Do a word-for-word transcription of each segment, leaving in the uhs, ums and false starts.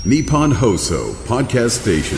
Nippon Hoso Podcast Station。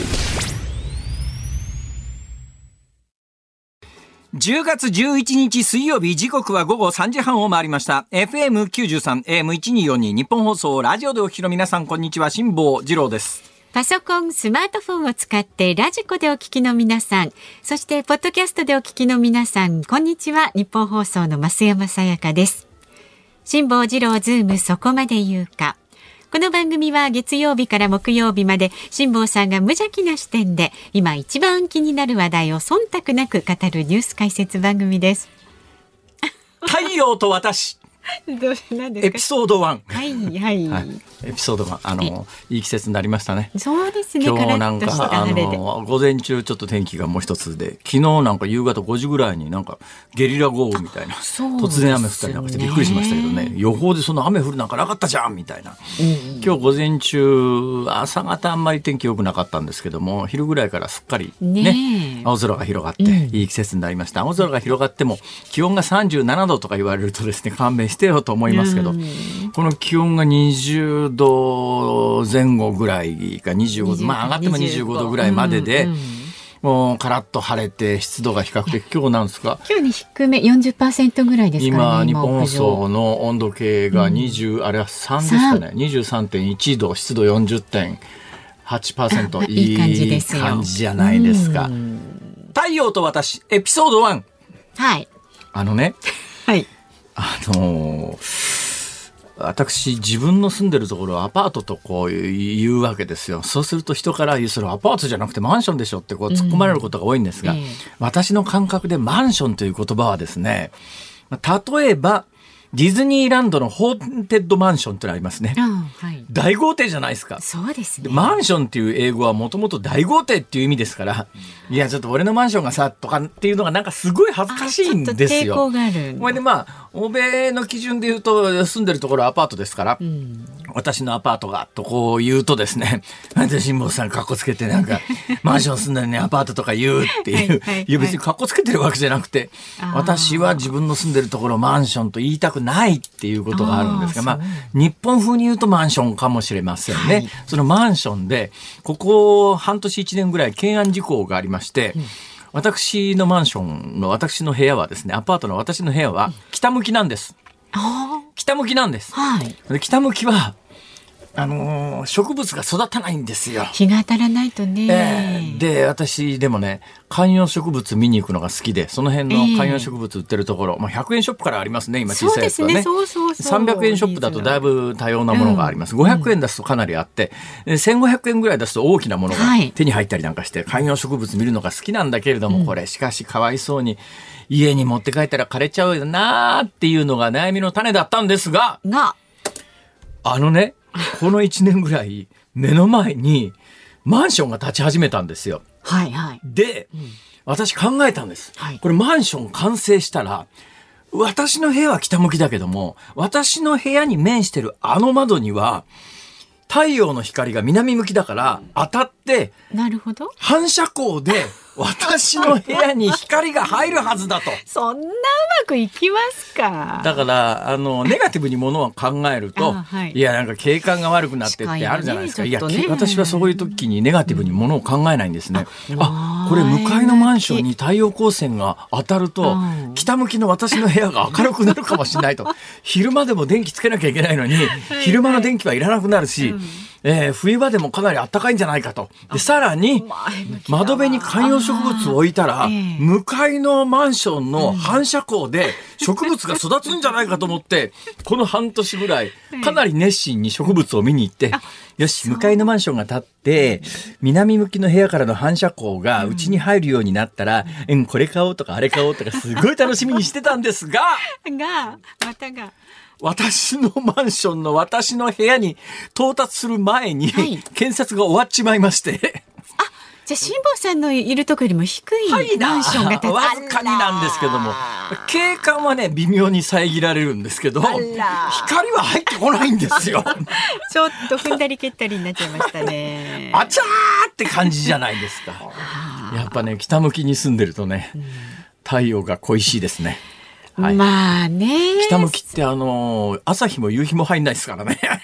じゅうがつじゅういちにち水曜日、時刻は午後さんじはんを回りました。 エフエムきゅうじゅうさん エーエムせんにひゃくよんじゅうに 日本放送ラジオでお聞きの皆さん、こんにちは。辛坊治郎です。 パソコン、スマートフォンを使ってラジコでお聞きの皆さん、そしてポッドキャストでお聞きの皆さん、こんにちは。日本放送の増山さやかです。辛坊治郎ズームそこまで言うか。この番組は月曜日から木曜日まで辛坊さんが無邪気な視点で今一番気になる話題を忖度なく語るニュース解説番組です。 太陽と私どうなんですか。 エピソードワン。 はいはい、はい、 エピソードワン。あのいい季節になりましたね。 そうですね。 今日なんかあの午前中ちょっと天気がもう一つで、昨日なんか夕方ごじぐらいになんかゲリラ豪雨みたいな、突然雨降ったりなんかしてびっくりしましたけどね。予報でその雨降るなんかなかったじゃんみたいな、うん、今日午前中朝方あんまり天気良くなかったんですけども、昼ぐらいからすっかり ね, ね青空が広がって、うん、いい季節になりました。青空が広がっても気温がさんじゅうななどとか言われるとですね、勘弁してよと思いますけど、うん、この気温がにじゅうどぜん後ぐらいかにじゅうごど、まあ上がってもにじゅうごどぐらいまでで、うんうん、もうカラッと晴れて湿度が比較的、今日なんですか、 今日に低め よんじゅっパーセント ぐらいですからね。 今日本放送の温度計がにじゅう、うん、あれはさんですかね、にじゅうさんてんいちど、湿度 よんじゅってんはちパーセント、 いい感じですよ。いい感じじゃないですか。太陽と私エピソードワン。 はい。 あのねはいあのー私自分の住んでるところをアパートとこう言うわけですよ。そうすると人からそれアパートじゃなくてマンションでしょってこう突っ込まれることが多いんですが、うんえー、私の感覚でマンションという言葉はですね、例えばディズニーランドのホーンテッドマンションってのありますね、はい、大豪邸じゃないですか。 そうですね。 マンションっていう英語はもともと大豪邸っていう意味ですから、いやちょっと俺のマンションがさとかっていうのがなんかすごい恥ずかしいんですよ。 抵抗がある。 これでまあ欧米の基準で言うと住んでるところはアパートですから、うん、私のアパートがとこう言うとですね、なんで辛坊さんかっこつけてなんかマンション住んでるねアパートとか言うっていうはい、はい、いや別にかっこつけてるわけじゃなくて、私は自分の住んでるところをマンションと言いたくないっていうことがあるんですが、あまあ日本風に言うとマンションかもしれませんね、はい、そのマンションでここ半年いちねんぐらい懸案事項がありまして、うん、私のマンションの私の部屋はですね、アパートの私の部屋は北向きなんです、うん、北向きなんです、はい、で北向きはあのー、植物が育たないんですよ。 日が当たらないとね、 えー、で私でもね観葉植物見に行くのが好きで、その辺の観葉植物売ってるところ、えーまあ、ひゃくえんショップからありますね今小さいやつはね。 そうですね、そうそうそう。 さんびゃくえんショップだとだいぶ多様なものがあります、うん、ごひゃくえん出すとかなりあって、うん、せんごひゃくえんぐらい出すと大きなものが手に入ったりなんかして、観葉植物見るのが好きなんだけれども、うん、これしかしかわいそうに家に持って帰ったら枯れちゃうよなーっていうのが悩みの種だったんですが、 があのねこのいちねんぐらい目の前にマンションが建ち始めたんですよ。 はいはい。 で、うん、私考えたんです、はい、これマンション完成したら私の部屋は北向きだけども、私の部屋に面してるあの窓には太陽の光が南向きだから当たって、 なるほど、 反射光で私の部屋に光が入るはずだとそんなうまくいきますか。 だからあのネガティブにものを考えると、はい、いやなんか景観が悪くなってってあるじゃないですか、ね、いや私はそういう時にネガティブにものを考えないんですね、うん、あこれ向かいのマンションに太陽光線が当たると、うん、北向きの私の部屋が明るくなるかもしれないと昼間でも電気つけなきゃいけないのに昼間の電気はいらなくなるし、うんえー、冬場でもかなり暖かいんじゃないかと。でさらに窓辺に観葉植物を置いたら、向かいのマンションの反射光で植物が育つんじゃないかと思ってこの半年ぐらいかなり熱心に植物を見に行って、よし向かいのマンションが建って南向きの部屋からの反射光がうちに入るようになったら、うん、これ買おうとかあれ買おうとかすごい楽しみにしてたんですががまたが私のマンションの私の部屋に到達する前に、はい、建設が終わっちまいましてあ、じゃあ辛坊さんのいるところよりも低いマンションが建つ、 わずかになんですけども景観はね微妙に遮られるんですけど光は入ってこないんですよちょっと踏んだり蹴ったりになっちゃいましたねあちゃーって感じじゃないですかやっぱね北向きに住んでるとね、うん、太陽が恋しいですね。はい、 まあね北向きってあの朝日も夕日も入んないですからね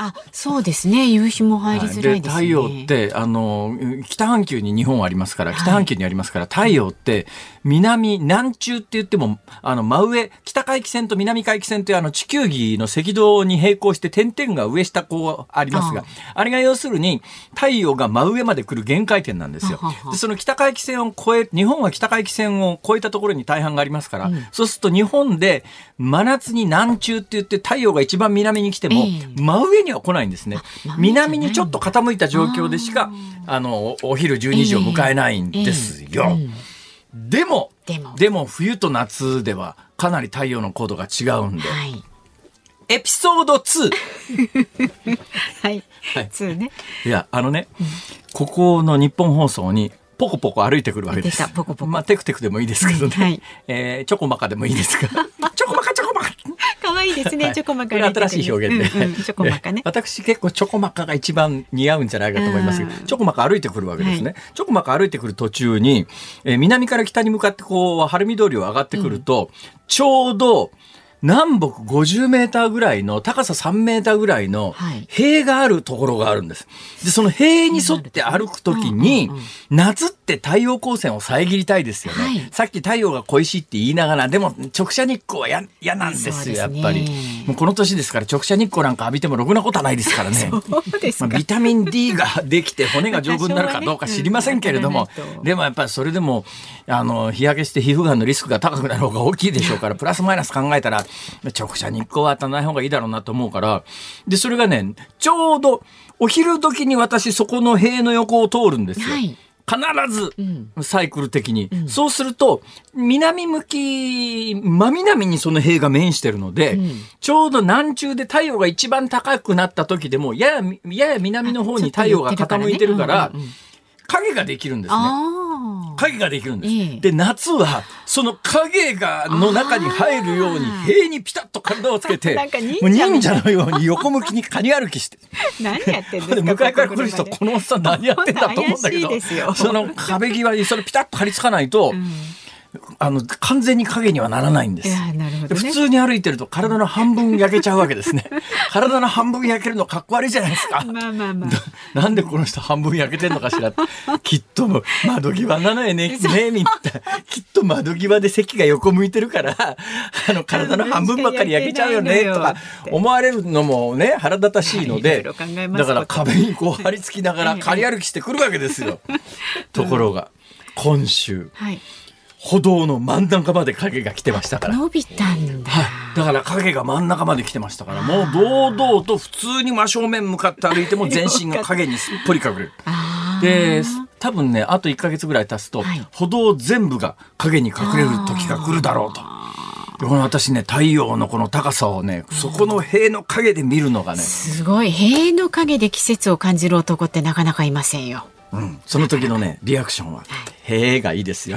あ、そうですね。夕日も入りづらいですね。 で太陽ってあの北半球に日本はありますから、北半球にありますから、はい、太陽って南南中って言ってもあの真上、北回帰線と南回帰線というあの地球儀の赤道に並行して点々が上下こうありますが、あ, あれが要するに太陽が真上まで来る限界点なんですよ。でその北回帰線を越え、日本は北回帰線を越えたところに大半がありますから、うん、そうすると日本で真夏に南中って言って太陽が一番南に来ても、えー、真上には来ないんですね。南にちょっと傾いた状況でしかあのお昼じゅうにじを迎えないんですよ。えーえーうん、でもでもでも冬と夏ではかなり太陽の高度が違うんで、はい、エピソードツーはい、はい、ツーね。 いやあのね、うん、ここの日本放送にポコポコ歩いてくるわけです。 ポコポコ、 まあ、テクテクでもいいですけどね、はいえー、チョコマカでもいいですがチョコマカチョコマカ可愛いですね、チョコマカ。 これ新しい表現で、 うんうん、チョコマカね。 私結構チョコマカが一番似合うんじゃないかと思いますけど、チョコマカ歩いてくるわけですね、はい、チョコマカ歩いてくる途中に、えー、南から北に向かってこう晴海通りを上がってくると、うん、ちょうど南北ごじゅうメーターぐらいの高ささんメーターぐらいの塀があるところがあるんです。で、その塀に沿って歩くときに、夏って太陽光線を遮りたいですよね。はい、さっき太陽が恋しいって言いながら、でも直射日光は嫌なんですよ、やっぱり。もうこの年ですから直射日光なんか浴びてもろくなことはないですからね。 そうですか。 まあ、ビタミン D ができて骨が丈夫になるかどうか知りませんけれども、でもやっぱりそれでも、あの、日焼けして皮膚がんのリスクが高くなる方が大きいでしょうから、プラスマイナス考えたら、直射日光は当たらない方がいいだろうなと思うから、でそれがねちょうどお昼時に私そこの塀の横を通るんですよ、はい、必ず、うん、サイクル的に、うん、そうすると南向き真南にその塀が面してるので、うん、ちょうど南中で太陽が一番高くなった時でもやややや南の方に太陽が傾いてるから影ができるんですね。影ができるんです、えー、で夏はその影がの中に入るように塀にピタッと体をつけてなんか忍者もう忍者のように横向きにカニ歩きして何やってんですか。 で向かいから来る人このおっさん何やってんだと思うんだけど、その壁際にそれピタッと張り付かないと、うんあの完全に影にはならないんです。 いやなるほどね、 普通に歩いてると体の半分焼けちゃうわけですね体の半分焼けるのかっこ悪いじゃないですか。 まあまあまあなんでこの人半分焼けてんのかしらきっと窓際なのよねねえみんなきっと窓際で席が横向いてるからあの体の半分ばっかり焼けちゃうよねとか思われるのもね腹立たしいので、はい、だから壁にこう張り付きながら刈り歩きしてくるわけですよところが今週、はい歩道の真ん中まで影が来てましたから。 伸びたんだ、 はい、だから影が真ん中まで来てましたからもう堂々と普通に真正面向かって歩いても全身が影にすっぽり隠れるで多分ねあといっかげつぐらい経つと、はい、歩道全部が影に隠れる時が来るだろうと。でこの私ね太陽のこの高さをねそこの塀の影で見るのがねすごい。塀の影で季節を感じる男ってなかなかいませんよ。 うん、その時のねリアクションはへーがいいですよ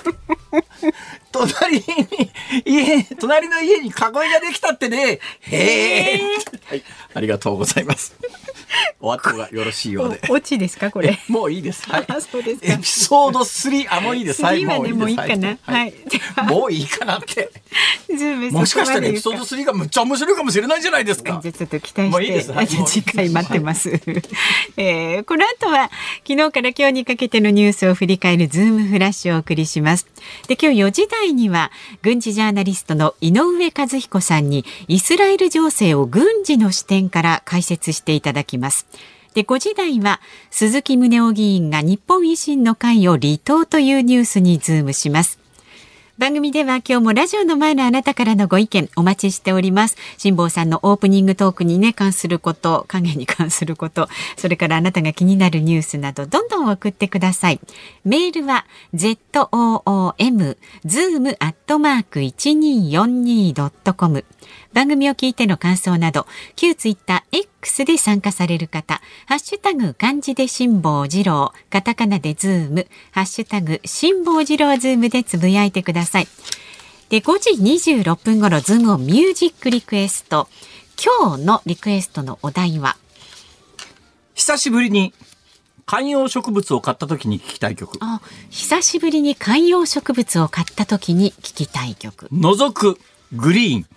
隣に家隣の家に囲いができたってねへー、はい、ありがとうございますお後がよろしいようで。 オチですかこれ。 もういいです、はい、 あそうですか。 エピソードスリーあもういいです。 スリーはねもういいかな、はい、 もういいかなってもしかしたらエピソードスリーがむっちゃ面白いかもしれないじゃないですか。 じゃちょっと期待してもういいです、はい、次回待ってます、 はいえー、この後は昨日から今日にかけてのニュースを振り返るズームフラッシュをお送りします。で今日よじ台には軍事ジャーナリストの井上和彦さんにイスラエル情勢を軍事の視点から解説していただきます。でごじ台は鈴木宗男議員が日本維新の会を離党というニュースにズームします。番組では今日もラジオの前のあなたからのご意見お待ちしております。辛坊さんのオープニングトークにね関すること、影に関すること、それからあなたが気になるニュースなどどんどん送ってください。メールは ズーム ズーム アットマーク いちにーよんにー ドットコム。番組を聞いての感想など旧ツイッター X で参加される方、ハッシュタグ漢字で辛坊治郎、カタカナでズーム、ハッシュタグ辛坊治郎ズームでつぶやいてください。でごじにじゅうろっぷん頃ズームをミュージックリクエスト。今日のリクエストのお題は久しぶりに観葉植物を買った時に聴きたい曲。 あ、久しぶりに観葉植物を買った時に聴きたい曲。 覗くグリーン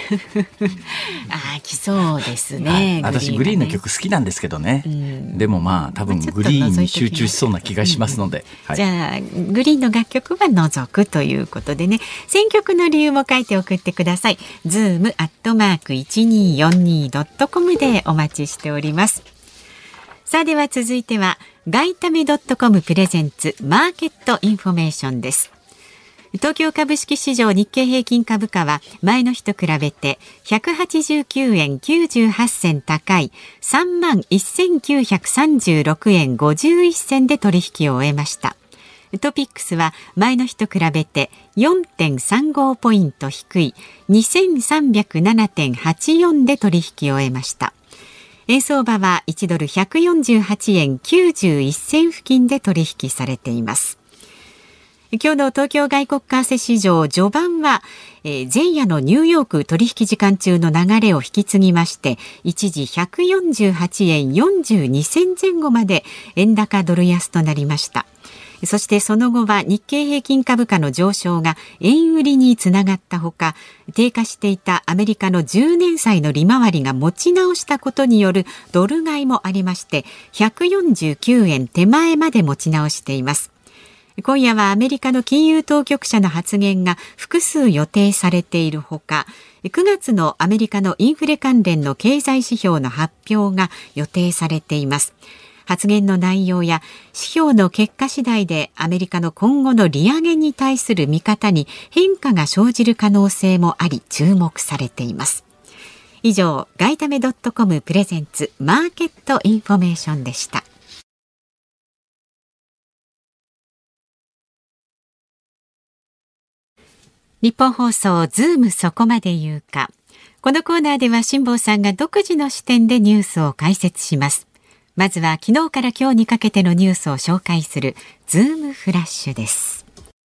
あ、来そうですね。 はい、私グリーンの曲好きなんですけどね、うん、でもまあ多分グリーンに集中しそうな気がしますので、 うんはい、じゃあグリーンの楽曲は除くということでね、選曲の理由も書いて送ってください。ズームアットマーク いちにーよんにードットコム でお待ちしております。さあでは続いてはガイタメ .com プレゼンツマーケットインフォメーションです。東京株式市場日経平均株価は前の日と比べてひゃくはちじゅうきゅうえんきゅうじゅうはち銭高い さんまんせんきゅうひゃくさんじゅうろくえんごじゅういち銭で取引を終えました。トピックスは前の日と比べて よんてんさんご ポイント低い にせんさんびゃくななてんはちよん で取引を終えました。円相場はいちドルひゃくよんじゅうはちえんきゅうじゅういち銭付近で取引されています。今日の東京外国為替市場序盤は、えー、前夜のニューヨーク取引時間中の流れを引き継ぎまして一時ひゃくよんじゅうはちえんよんじゅうに銭前後まで円高ドル安となりました。そしてその後は日経平均株価の上昇が円売りにつながったほか、低下していたアメリカのじゅうねん債の利回りが持ち直したことによるドル買いもありましてひゃくよんじゅうきゅうえん手前まで持ち直しています。今夜はアメリカの金融当局者の発言が複数予定されているほか、くがつのアメリカのインフレ関連の経済指標の発表が予定されています。発言の内容や指標の結果次第でアメリカの今後の利上げに対する見方に変化が生じる可能性もあり注目されています。以上、ガイタメ .com プレゼンツマーケットインフォメーションでした。日本放送ズームそこまで言うか。このコーナーでは辛坊さんが独自の視点でニュースを解説します。まずは昨日から今日にかけてのニュースを紹介するズームフラッシュです。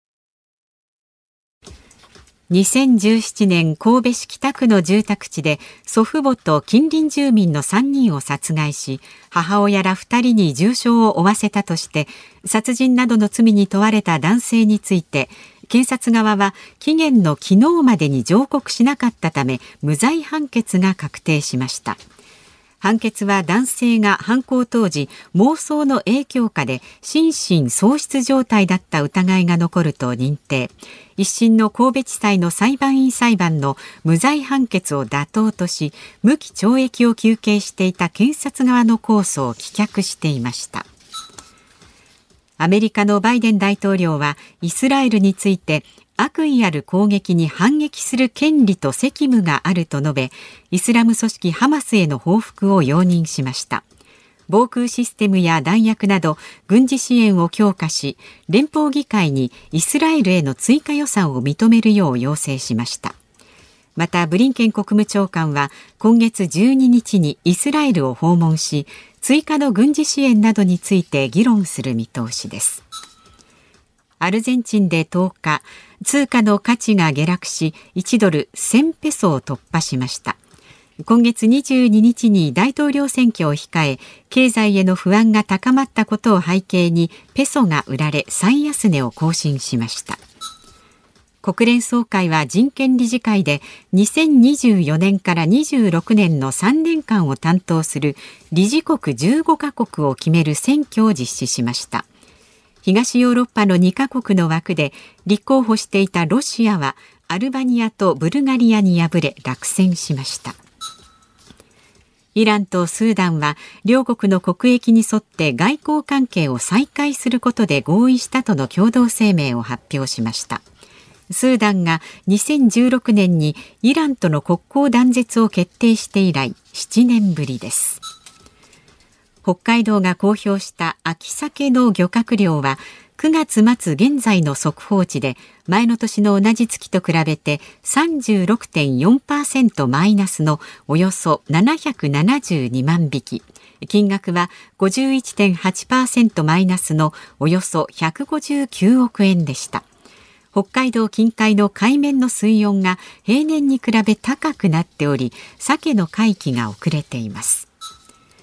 にせんじゅうななねん神戸市北区の住宅地で祖父母と近隣住民のさんにんを殺害し、母親らふたりに重傷を負わせたとして殺人などの罪に問われた男性について、検察側は期限の昨日までに上告しなかったため無罪判決が確定しました。判決は男性が犯行当時妄想の影響下で心神喪失状態だった疑いが残ると認定。一審の神戸地裁の裁判員裁判の無罪判決を妥当とし、無期懲役を求刑していた検察側の控訴を棄却していました。アメリカのバイデン大統領はイスラエルについて悪意ある攻撃に反撃する権利と責務があると述べ、イスラム組織ハマスへの報復を容認しました。防空システムや弾薬など軍事支援を強化し、連邦議会にイスラエルへの追加予算を認めるよう要請しました。またブリンケン国務長官は今月じゅうににちにイスラエルを訪問し、追加の軍事支援などについて議論する見通しです。アルゼンチンでとおか、通貨の価値が下落しいちドルせんペソを突破しました。今月にじゅうににちに大統領選挙を控え、経済への不安が高まったことを背景にペソが売られ最安値を更新しました。国連総会は人権理事会でにせんにじゅうよねんからにじゅうろくねんのさんねんかんを担当する理事国じゅうごかこくを決める選挙を実施しました。東ヨーロッパのにかこくの枠で立候補していたロシアはアルバニアとブルガリアに敗れ落選しました。イランとスーダンは両国の国益に沿って外交関係を再開することで合意したとの共同声明を発表しました。スーダンがにせんじゅうろくねんにイランとの国交断絶を決定して以来ななねんぶりです。北海道が公表した秋鮭の漁獲量はくがつ末現在の速報値で前の年の同じ月と比べて さんじゅうろくてんよんパーセント マイナスのおよそななひゃくななじゅうにまんびき、金額は ごじゅういってんはちパーセント マイナスのおよそひゃくごじゅうきゅうおくえんでした。北海道近海の海面の水温が平年に比べ高くなっており、鮭の回帰が遅れています。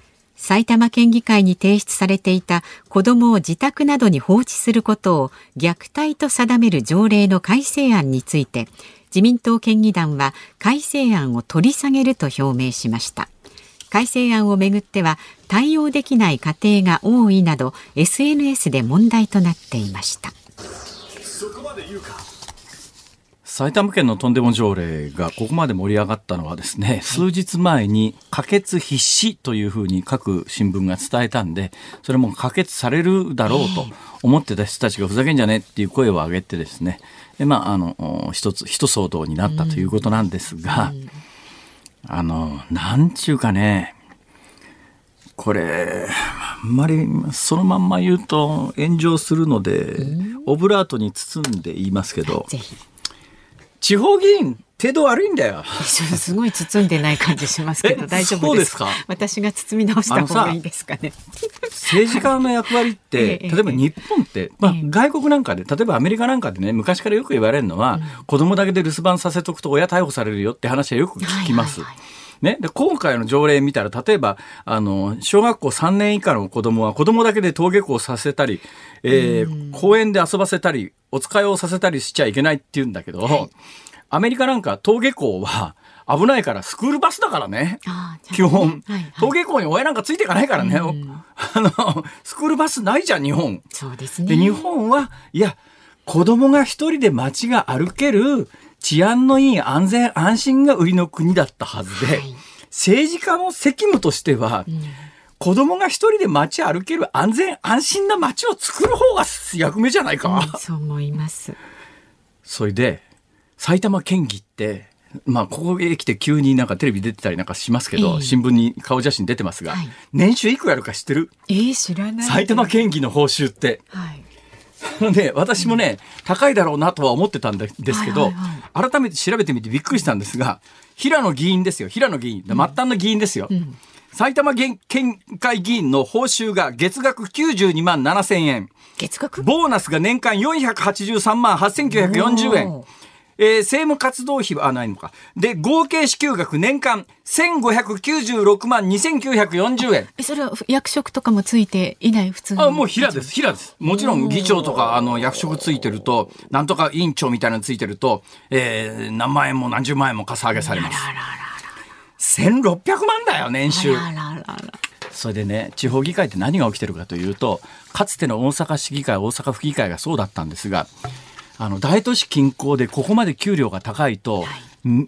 埼玉県議会に提出されていた子どもを自宅などに放置することを虐待と定める条例の改正案について、自民党県議団は改正案を取り下げると表明しました。改正案をめぐっては対応できない家庭が多いなど エスエヌエス で問題となっていました。 そこまで言うか。埼玉県のとんでも条例がここまで盛り上がったのはですね、はい、数日前に可決必至というふうに各新聞が伝えたんで、それも可決されるだろうと思ってた人たちがふざけんじゃねっていう声を上げてですね、で、まあ、あの一つ一騒動になったということなんですが、うんうん、あのなんちゅうかね、これあんまりそのまんま言うと炎上するので、うん、オブラートに包んで言いますけど、ぜひ地方議員程度悪いんだよ。 すごい包んでない感じしますけど大丈夫ですか？そうですか？私が包み直した方がいいですかね。 政治家の役割って、ええ、例えば日本って、まあ、外国なんかで、例えばアメリカなんかでね、昔からよく言われるのは、うん、子供だけで留守番させとくと親逮捕されるよって話はよく聞きます。はいはいはいね、で今回の条例見たら、例えばあの小学校さんねん以下の子供は子供だけで登下校させたり、えー、公園で遊ばせたりお使いをさせたりしちゃいけないって言うんだけど、はい、アメリカなんか登下校は危ないからスクールバスだからね、基本、はいはい、登下校に親なんかついていかないからね、あのスクールバスないじゃん日本。 そうですね。 で日本はいや子供が一人で街が歩ける治安のいい安全安心が売りの国だったはずで、はい、政治家の責務としては、うん、子供が一人で街歩ける安全安心な街を作る方が役目じゃないか、 うん、そう思います。 それで埼玉県議って、まあ、ここへ来て急になんかテレビ出てたりなんかしますけど、えー、新聞に顔写真出てますが、はい、年収いくらあるか知ってる？ えー、知らない。 埼玉県議の報酬って、はいで私もね、うん、高いだろうなとは思ってたんですけど、はいはいはい、改めて調べてみてびっくりしたんですが、平野議員ですよ、平野議員、末端の議員ですよ、うん、埼玉県会議員の報酬が月額きゅうじゅうにまんななせんえん、 月額ボーナスが年間よんひゃくはちじゅうさんまんはっせんきゅうひゃくよんじゅうえん、えー、政務活動費はないのかで合計支給額年間せんごひゃくきゅうじゅうろくまんにせんきゅうひゃくよんじゅうえん。 えそれは役職とかもついていない普通の？ あもう平です平です。もちろん議長とかあの役職ついてるとなんとか委員長みたいなのついてると、えー、何万円も何十万円もかさ上げされます。あららららせんろっぴゃくまんだよ年収。あららららそれでね、地方議会って何が起きてるかというと、かつての大阪市議会大阪府議会がそうだったんですが、あの大都市近郊でここまで給料が高いと、はい、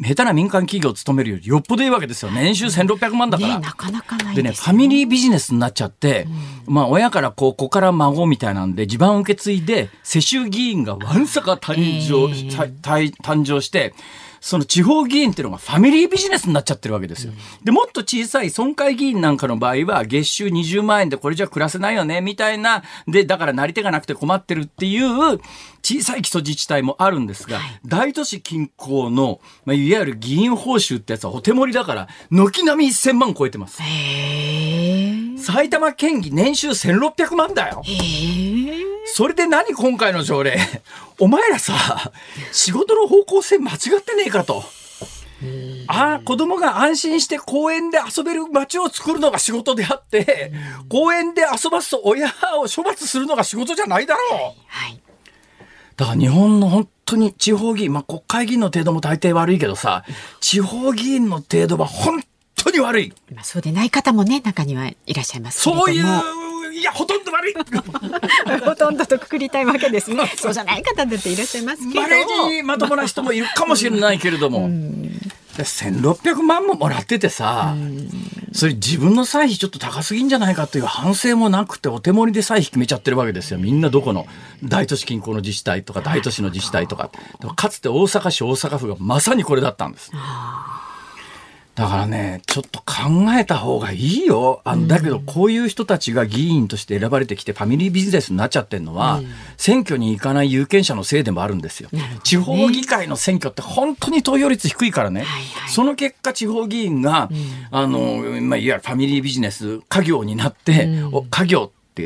下手な民間企業を勤めるよりよっぽどいいわけですよ。年収せんろっぴゃくまんだから、 ね、なかなかないですよ。 でね、ファミリービジネスになっちゃって、うん、まあ親からこう子から孫みたいなんで地盤を受け継いで世襲議員がわんさか誕生、えー、誕生してその地方議員っていうのがファミリービジネスになっちゃってるわけですよ。でもっと小さい村会議員なんかの場合は月収にじゅうまんえんでこれじゃ暮らせないよねみたいなで、だからなり手がなくて困ってるっていう小さい基礎自治体もあるんですが、はい、大都市近郊の、まあ、いわゆる議員報酬ってやつはお手盛りだから軒並みせんまん超えてます。へー、埼玉県議年収せんろっぴゃくまんだよ。へー、それで何今回の条例お前らさ仕事の方向性間違ってねえかと。ああ子供が安心して公園で遊べる街を作るのが仕事であって公園で遊ばすと親を処罰するのが仕事じゃないだろう、はいはい、だから日本の本当に地方議員、まあ、国会議員の程度も大抵悪いけどさ地方議員の程度は本当に悪い、 まあ、そうでない方もね中にはいらっしゃいますけれども、 そういういやほとんど悪いほとんどとくくりたいわけですね。そうじゃない方だっていらっしゃいますけど、 稀にまともな人もいるかもしれないけれどもせんろっぴゃくまんももらっててさ、それ自分の歳費ちょっと高すぎんじゃないかという反省もなくてお手盛りで歳費決めちゃってるわけですよ。みんなどこの大都市近郊の自治体とか大都市の自治体とか、かつて大阪市大阪府がまさにこれだったんです。だからねちょっと考えた方がいいよ。あのだけどこういう人たちが議員として選ばれてきてファミリービジネスになっちゃってるのは、うん、選挙に行かない有権者のせいでもあるんですよ、ね、地方議会の選挙って本当に投票率低いからね、はいはい、その結果地方議員が、うん、あのまあ、いわゆるファミリービジネス家業になって、うん、家業って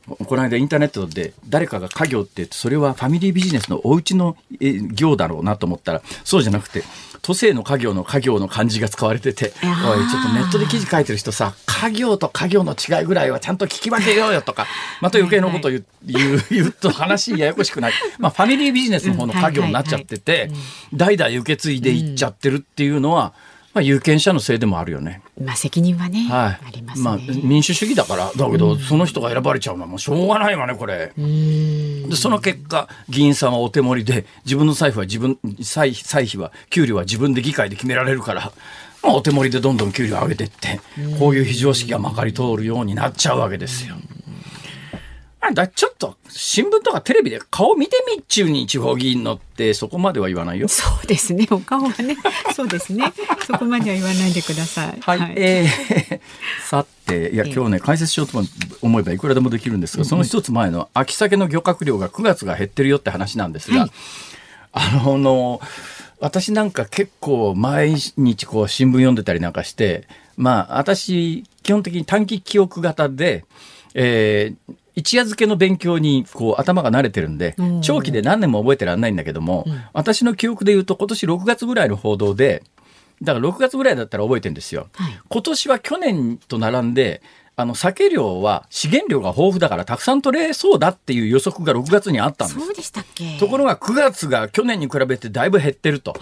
この間インターネットで誰かが家業って言ってそれはファミリービジネスのお家の業だろうなと思ったらそうじゃなくて都政の家業の家業の漢字が使われてて、おいちょっとネットで記事書いてる人さ、家業と家業の違いぐらいはちゃんと聞き分けようよとか、また余計なこと言う、言う、言うと話ややこしくない、まあ、ファミリービジネスの方の家業になっちゃってて、代々受け継いでいっちゃってるっていうのは、まあ、有権者のせいでもあるよね。 まあ、責任はね、はい、ありますね。 まあ、民主主義だからだけど、うん、その人が選ばれちゃうのはもうしょうがないわねこれ。うーんでその結果議員さんはお手盛りで自分の歳費は自分歳歳費は給料は自分で議会で決められるから、まあ、お手盛りでどんどん給料上げていってこういう非常識がまかり通るようになっちゃうわけですよ。だちょっと新聞とかテレビで顔見てみっちゅうに地方議員のってそこまでは言わないよ。 そうですね、お顔はねそうですね、そこまでは言わないでください。 はい、はい、えー、さていや今日ね解説しようと思えばいくらでもできるんですが、その一つ前の秋鮭の漁獲量がくがつが減ってるよって話なんですが、はい、あのの私なんか結構毎日こう新聞読んでたりなんかして、まあ私基本的に短期記憶型で、えー一夜漬けの勉強にこう頭が慣れてるんで長期で何年も覚えてらんないんだけども、うん、私の記憶で言うと今年ろくがつぐらいの報道でだからろくがつぐらいだったら覚えてるんですよ、はい、今年は去年と並んであの鮭量は資源量が豊富だからたくさん取れそうだっていう予測がろくがつにあったんです。 そうでしたっけ。 ところがくがつが去年に比べてだいぶ減ってると、うん、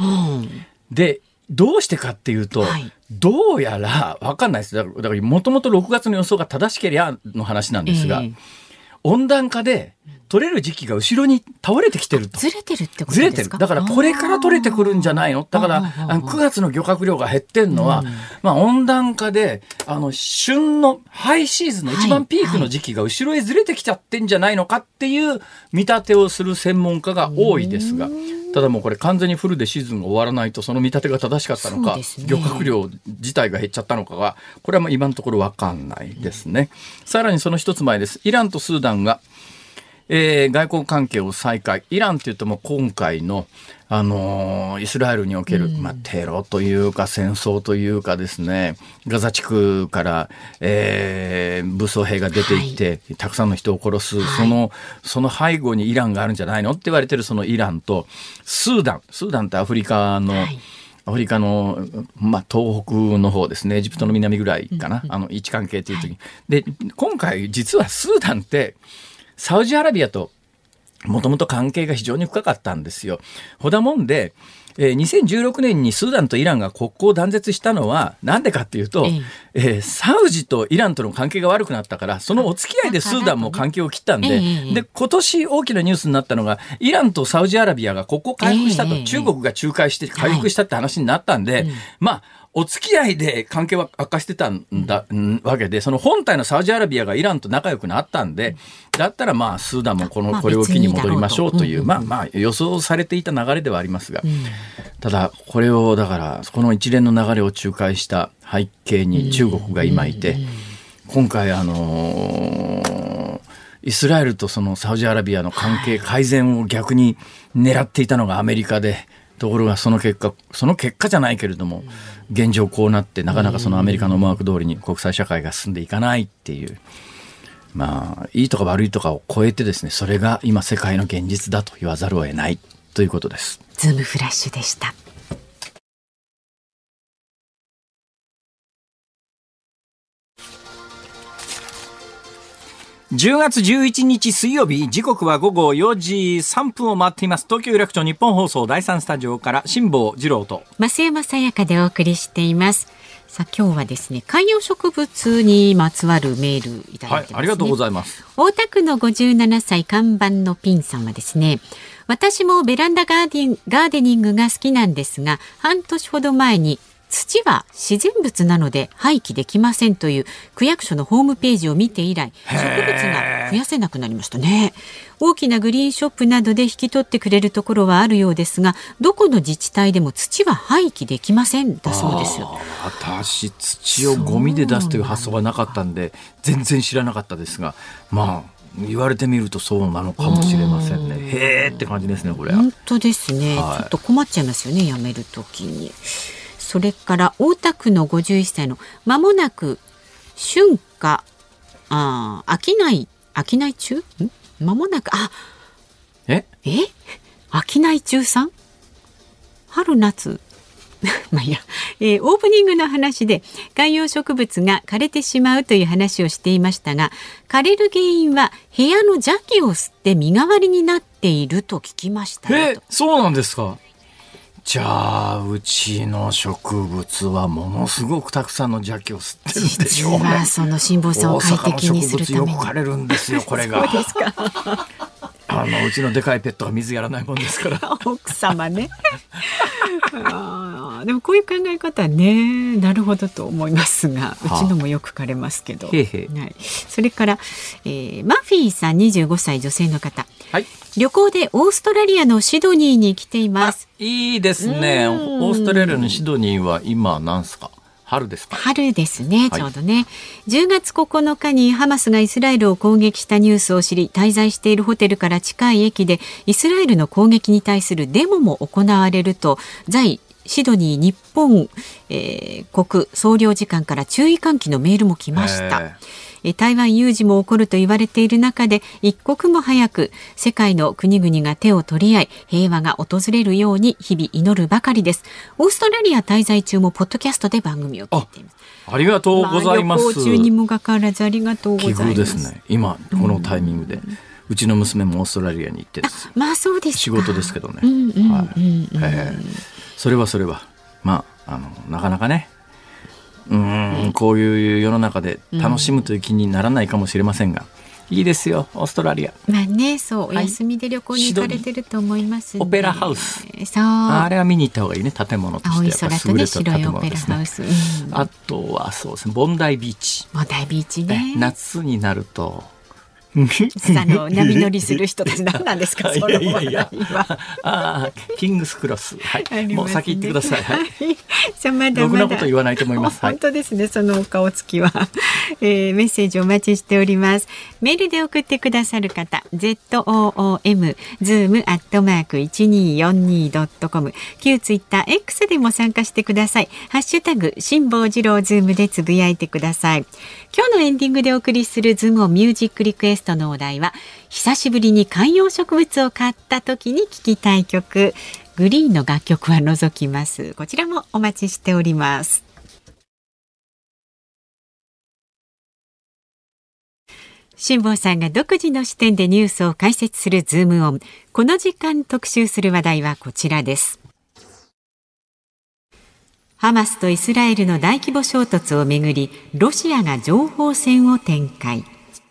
でどうしてかっていうと、はい、どうやら分かんないです。だからもともとろくがつの予想が正しけりゃの話なんですが、えー温暖化で取れる時期が後ろに倒れてきてると。 ずれてるってことですか。ずれてる。 だからこれから取れてくるんじゃないの。だからあのくがつの漁獲量が減ってんのは、うんまあ、温暖化であの旬のハイシーズンの一番ピークの時期が後ろへずれてきちゃってんじゃないのかっていう見立てをする専門家が多いですが、ただもうこれ完全にフルでシーズンが終わらないとその見立てが正しかったのか、ね、漁獲量自体が減っちゃったのかがこれはまあ今のところ分かんないですね。さらにその一つ前です。イランとスーダンが、えー、外交関係を再開。イランって言っても今回の、あのー、イスラエルにおける、まあ、テロというか戦争というかですね、ガザ地区から、えー、武装兵が出ていって、はい、たくさんの人を殺す、はい、そのその背後にイランがあるんじゃないのって言われてるそのイランとスーダンスーダンってアフリカの、はいアフリカの、まあ、東北の方ですねエジプトの南ぐらいかな、うんうん、あの位置関係という時に、はい、で今回実はスーダンってサウジアラビアともともと関係が非常に深かったんですよ。ほだもんで、えー、にせんじゅうろくねんにスーダンとイランが国交を断絶したのはなんでかっていうと、えええー、サウジとイランとの関係が悪くなったからそのお付き合いでスーダンも関係を切ったんで、ええ、で今年大きなニュースになったのがイランとサウジアラビアが国交回復したと、え、中国が仲介して回復したって話になったんで、はい、まあお付き合いで関係は悪化してたんだ、うん、わけでその本体のサウジアラビアがイランと仲良くなったんでだったらまあスーダンもこのこれを機に戻りましょうというまあまあ予想されていた流れではありますが、うん、ただこれをだからこの一連の流れを仲介した背景に中国が今いて今回あのー、イスラエルとそのサウジアラビアの関係改善を逆に狙っていたのがアメリカでところがその結果その結果じゃないけれども現状こうなってなかなかそのアメリカの思惑通りに国際社会が進んでいかないっていうまあいいとか悪いとかを超えてですねそれが今世界の現実だと言わざるを得ないということです。 ズームフラッシュでした。 じゅうがつじゅういちにち水曜日時刻は午後よじさんぷんを回っています。東京有楽町日本放送だいさんスタジオから辛坊治郎と増山さやかでお送りしています。さあ今日はですね観葉植物にまつわるメールいただいてますね、はい、 ありがとうございます。 大田区のごじゅうななさい看板のピンさんはですね私もベランダガーデン、ガーデニングが好きなんですが半年ほど前に土は自然物なので廃棄できませんという区役所のホームページを見て以来植物が増やせなくなりましたね。大きなグリーンショップなどで引き取ってくれるところはあるようですがどこの自治体でも土は廃棄できませんだそうですよ。 私土をゴミで出すという発想がなかったんで全然知らなかったですがまあ言われてみるとそうなのかもしれませんね。へーって感じですねこれは。 本当ですね、はい、ちょっと困っちゃいますよねやめるときに。それから大田区のごじゅういっさいの間もなく春夏あ飽きない商い中？ん間もなく、あ、 ええ商い中さん？春夏まあいいや、えー、オープニングの話で観葉植物が枯れてしまうという話をしていましたが、枯れる原因は部屋の邪気を吸って身代わりになっていると聞きましたよと。 え、そうなんですか。じゃあうちの植物はものすごくたくさんの邪気を吸ってるんでしょうね。 実はその辛抱さんを快適にするために。 大阪の植物よく枯れるんですよこれが。 そうですか。 あのうちのでかいペットが水やらないもんですから奥様ねあ、でもこういう考え方ね、なるほどと思いますが、うちのもよく枯れますけど、はあ、へへ、はい、それから、えー、マフィーさんにじゅうごさい女性の方、はい、旅行でオーストラリアのシドニーに来ています。 いいですね。オーストラリアのシドニーは今何すか、春ですか。 春ですね、ちょうどね、はい、じゅうがつここのかにハマスがイスラエルを攻撃したニュースを知り、滞在しているホテルから近い駅でイスラエルの攻撃に対するデモも行われると、在シドニー日本、えー、国総領事館から注意喚起のメールも来ました。台湾有事も起こると言われている中で、一刻も早く世界の国々が手を取り合い、平和が訪れるように日々祈るばかりです。オーストラリア滞在中もポッドキャストで番組を聞いています。 あ, ありがとうございます。 まあ、旅行中にもかかわらずありがとうございます。 奇遇ですね。今このタイミングで、うん、うちの娘もオーストラリアに行ってですよ。 まあそうですか。 仕事ですけどね、うんうんうんうん、はい、えー、それはそれはまあ、あのなかなかね、うーん、こういう世の中で楽しむという気にならないかもしれませんが、うん、いいですよオーストラリア。 まあね、そう、はい、お休みで旅行に行かれてると思いますね。 オペラハウス、 そう、 あれは見に行った方がいいね。建物としてやっぱ優れた建物ですね。 青い空とね、白いオペラハウス、うん、 あとはそうですね、ボンダイビーチ。 ボンダイビーチね、 夏になるとあの波乗りする人たち何なんですかその話題は。いやいやいやあキングスクロス、はいね、もう先行ってください、はい、 まだまだろくなこと言わないと思います。 本当ですね、そのお顔つきは、えー、メッセージお待ちしております。メールで送ってくださる方 ズーム ズーム アットマーク いちにーよんにー ドットコム、 旧ツイッター X でも参加してください。ハッシュタグ辛坊治郎ズームでつぶやいてください。今日のエンディングでお送りするズームミュージックリクエストのお題は、久しぶりに観葉植物を買った時に聴きたい曲、グリーンの楽曲は除きます。こちらもお待ちしております。辛坊さんが独自の視点でニュースを解説するズームオン。この時間特集する話題はこちらです。ハマスとイスラエルの大規模衝突をめぐり、ロシアが情報戦を展開。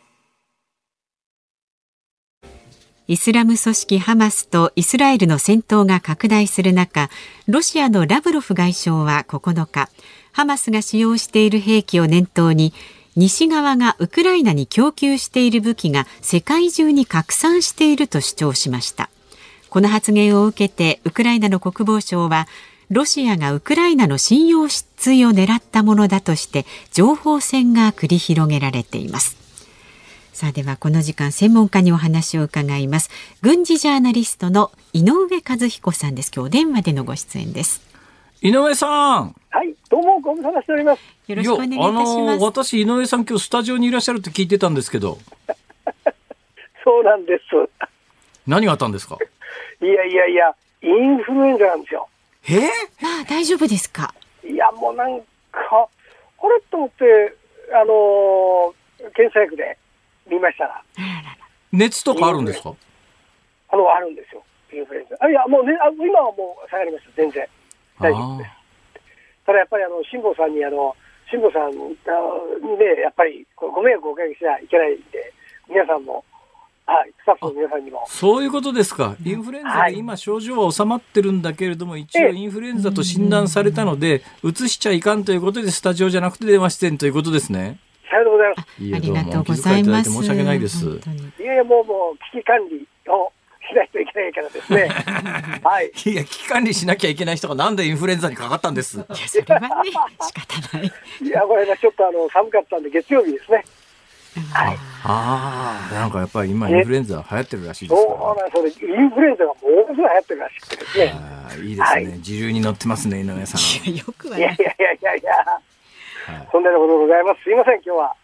イスラム組織ハマスとイスラエルの戦闘が拡大する中、ロシアのラブロフ外相はここのか、ハマスが使用している兵器を念頭に、西側がウクライナに供給している武器が世界中に拡散していると主張しました。この発言を受けてウクライナの国防省は、ロシアがウクライナの信用失墜を狙ったものだとして情報戦が繰り広げられています。さあ、ではこの時間専門家にお話を伺います。軍事ジャーナリストの井上和彦さんです。今日お電話でのご出演です。 井上さん、 はい、どうもご無沙汰しております。 よろしくお願いいたします。 あの私井上さん今日スタジオにいらっしゃるって聞いてたんですけどそうなんです。 何があったんですか。 いやいやいや、インフルエンザなんですよ。 えー、 まあ大丈夫ですか。 いやもうなんかこれと思ってあのー、検査薬で見ましたら、 熱とかあるんですか。 あのあるんですよ、インフルエンザ。あいやもう、ね、あ今はもう下がりました。全然大丈夫です。ただやっぱりあの辛坊さんにあの辛坊さんにねやっぱりご迷惑をおかけしちゃいけないんで、皆さんも、はい、スタッフの皆さんにも。 そういうことですか。インフルエンザで今症状は収まってるんだけれども、はい、一応インフルエンザと診断されたのでうつしちゃいかんということでスタジオじゃなくて電話出演ということですね。 さようでございます。 ありがとうございます。 申し訳ないです。 いやいやもうもう危機管理をしないといけないからですねはい、 いや危機管理しなきゃいけない人がなんでインフルエンザにかかったんです。いやそれはね仕方ない。 いやこれがちょっとあの寒かったんで月曜日ですね。 はい、ああ、なんかやっぱり今インフルエンザ流行ってるらしいですから、ね、 そうなんです。それインフルエンザがものすごい流行ってるらしくてですね。 あいいですね、はい、自流に乗ってますね井上さん。 いやよくはない。 いやいやいやいやいや、はい、そんなことございます。すいません今日は。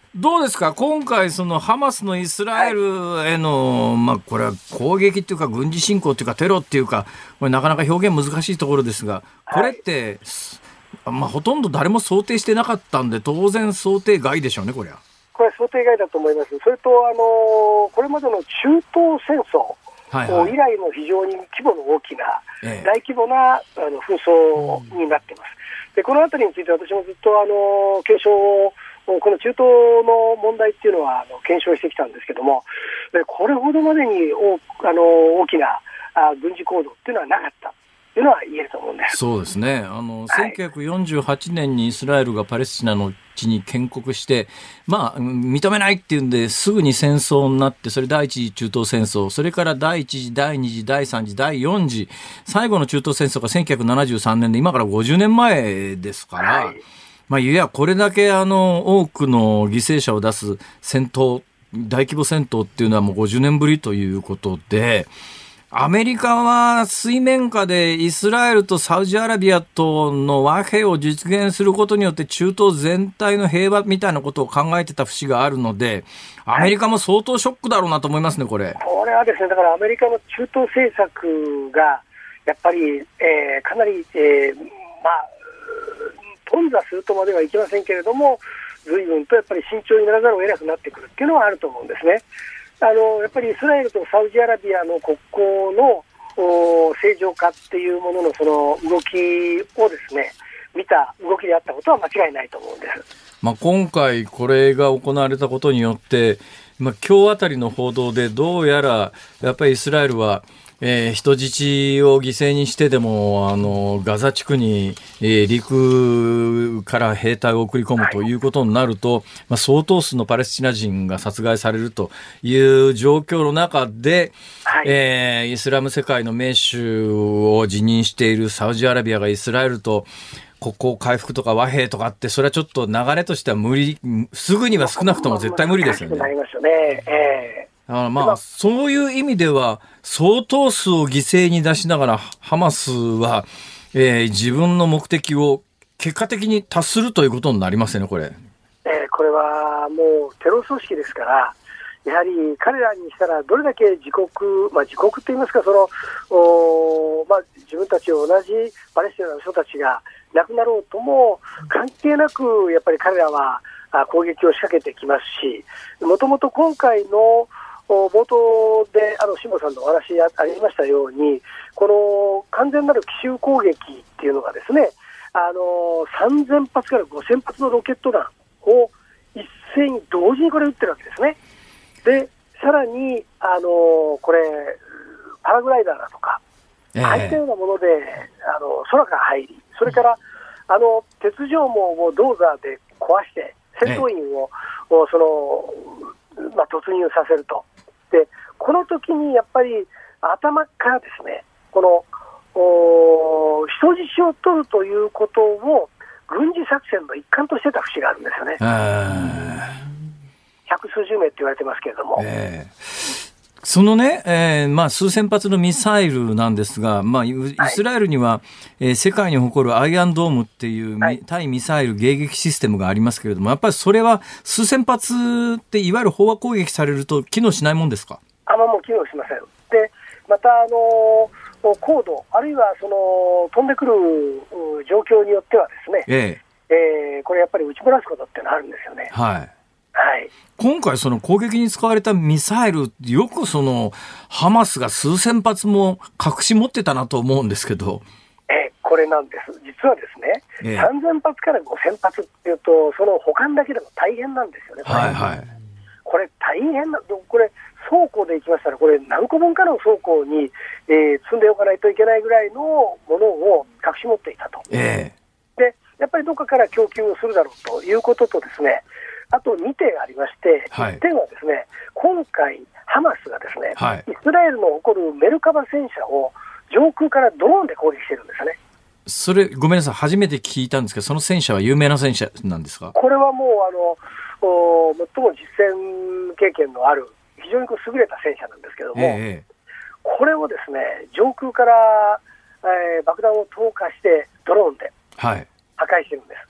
どうですか今回そのハマスのイスラエルへの、はい、まあ、これは攻撃っていうか軍事侵攻っていうかテロっていうかこれなかなか表現難しいところですがこれって、はい、まあ、ほとんど誰も想定してなかったんで当然想定外でしょうねこれは。これ想定外だと思います。それとあのこれまでの中東戦争はいはい、以来の非常に規模の大きな、ええ、大規模なあの紛争になっています。でこのあたりについて私もずっとあの検証をこの中東の問題っていうのはあの検証してきたんですけども、でこれほどまでに大あの大きなあ軍事行動っていうのはなかったというのは言えると思うんです。 そうですね。あの、はい、せんきゅうひゃくよんじゅうはちねんにイスラエルがパレスチナの地に建国して、まあ、認めないっていうんですぐに戦争になって、それ第一次中東戦争、それから第一次、第二次、第三次、第四次、最後の中東戦争がせんきゅうひゃくななじゅうさんねんで、今からごじゅうねんまえですから、はい、まあ、いや、これだけあの、多くの犠牲者を出す戦闘、大規模戦闘っていうのはもうごじゅうねんぶりということで、アメリカは水面下でイスラエルとサウジアラビアとの和平を実現することによって中東全体の平和みたいなことを考えてた節があるので、アメリカも相当ショックだろうなと思いますね、これ。 これはですね、だからアメリカの中東政策がやっぱり、えー、かなり、えー、まあ、頓挫するとまではいきませんけれども、随分とやっぱり慎重にならざるを得なくなってくるっていうのはあると思うんですね。あのやっぱりイスラエルとサウジアラビアの国交の正常化っていうもののその動きをですね見た動きであったことは間違いないと思うんです。 まあ、今回これが行われたことによって、まあ、今日あたりの報道でどうやらやっぱりイスラエルはえー、人質を犠牲にしてでもあのガザ地区に、えー、陸から兵隊を送り込むということになると、はい、まあ、相当数のパレスチナ人が殺害されるという状況の中で、はい、えー、イスラム世界の盟主を辞任しているサウジアラビアがイスラエルと国交回復とか和平とかってそれはちょっと流れとしては無理、すぐには少なくとも絶対無理ですよね。 なりますよね。えーあまあ、そういう意味では相当数を犠牲に出しながらハマスは、えー、自分の目的を結果的に達するということになりますよね、これ。 えー、これはもうテロ組織ですから、やはり彼らにしたらどれだけ自国、まあ、自国といいますか、そのお、まあ、自分たちと同じパレスチナの人たちが亡くなろうとも関係なく、やっぱり彼らは攻撃を仕掛けてきますし、もともと今回の冒頭であの辛坊さんのお話ありましたように、この完全なる奇襲攻撃っていうのがですね、あのさんぜんはつからごせんはつのロケット弾を一斉に同時にこれ撃ってるわけですね。でさらにあのこれパラグライダーだとか、えー、ああいったようなものであの空から入り、それからあの鉄条網をドーザーで壊して戦闘員を、えー、その、まあ、突入させると。でこの時にやっぱり頭からですね、この人質を取るということを軍事作戦の一環としてた節があるんですよね。百数十名って言われてますけれども、えー、 そのね、えーまあ、数千発のミサイルなんですが、まあ、イスラエルには、はい、えー、世界に誇るアイアンドームっていう、はい、対ミサイル迎撃システムがありますけれども、やっぱりそれは数千発っていわゆる飽和攻撃されると機能しないもんですか？ あ、まあ、もう機能しません。でまたあの高度あるいはその飛んでくる状況によってはですね、えええー、これやっぱり撃ち漏らすことってのあるんですよね。 はい、 はい、 今回その攻撃に使われたミサイル、よくそのハマスが数千発も隠し持ってたなと思うんですけど、 えー、これなんです。実はですね、えー、さんぜん発からごせん発っていうとその保管だけでも大変なんですよね。 はいはい、 これ大変な、これ倉庫で行きましたらこれ何個分かの倉庫に、えー、積んでおかないといけないぐらいのものを隠し持っていたと、えー、でやっぱりどこかから供給をするだろうということとですね、あとにてんありまして、はい、いってんはですね、今回ハマスがですね、はい、イスラエルの誇るメルカバ戦車を上空からドローンで攻撃してるんですよね。 それごめんなさい、初めて聞いたんですけど、その戦車は有名な戦車なんですか？ これはもうあの最も実戦経験のある非常にこう優れた戦車なんですけども、ええ、これをですね上空から、えー、爆弾を投下してドローンで破壊してるんです。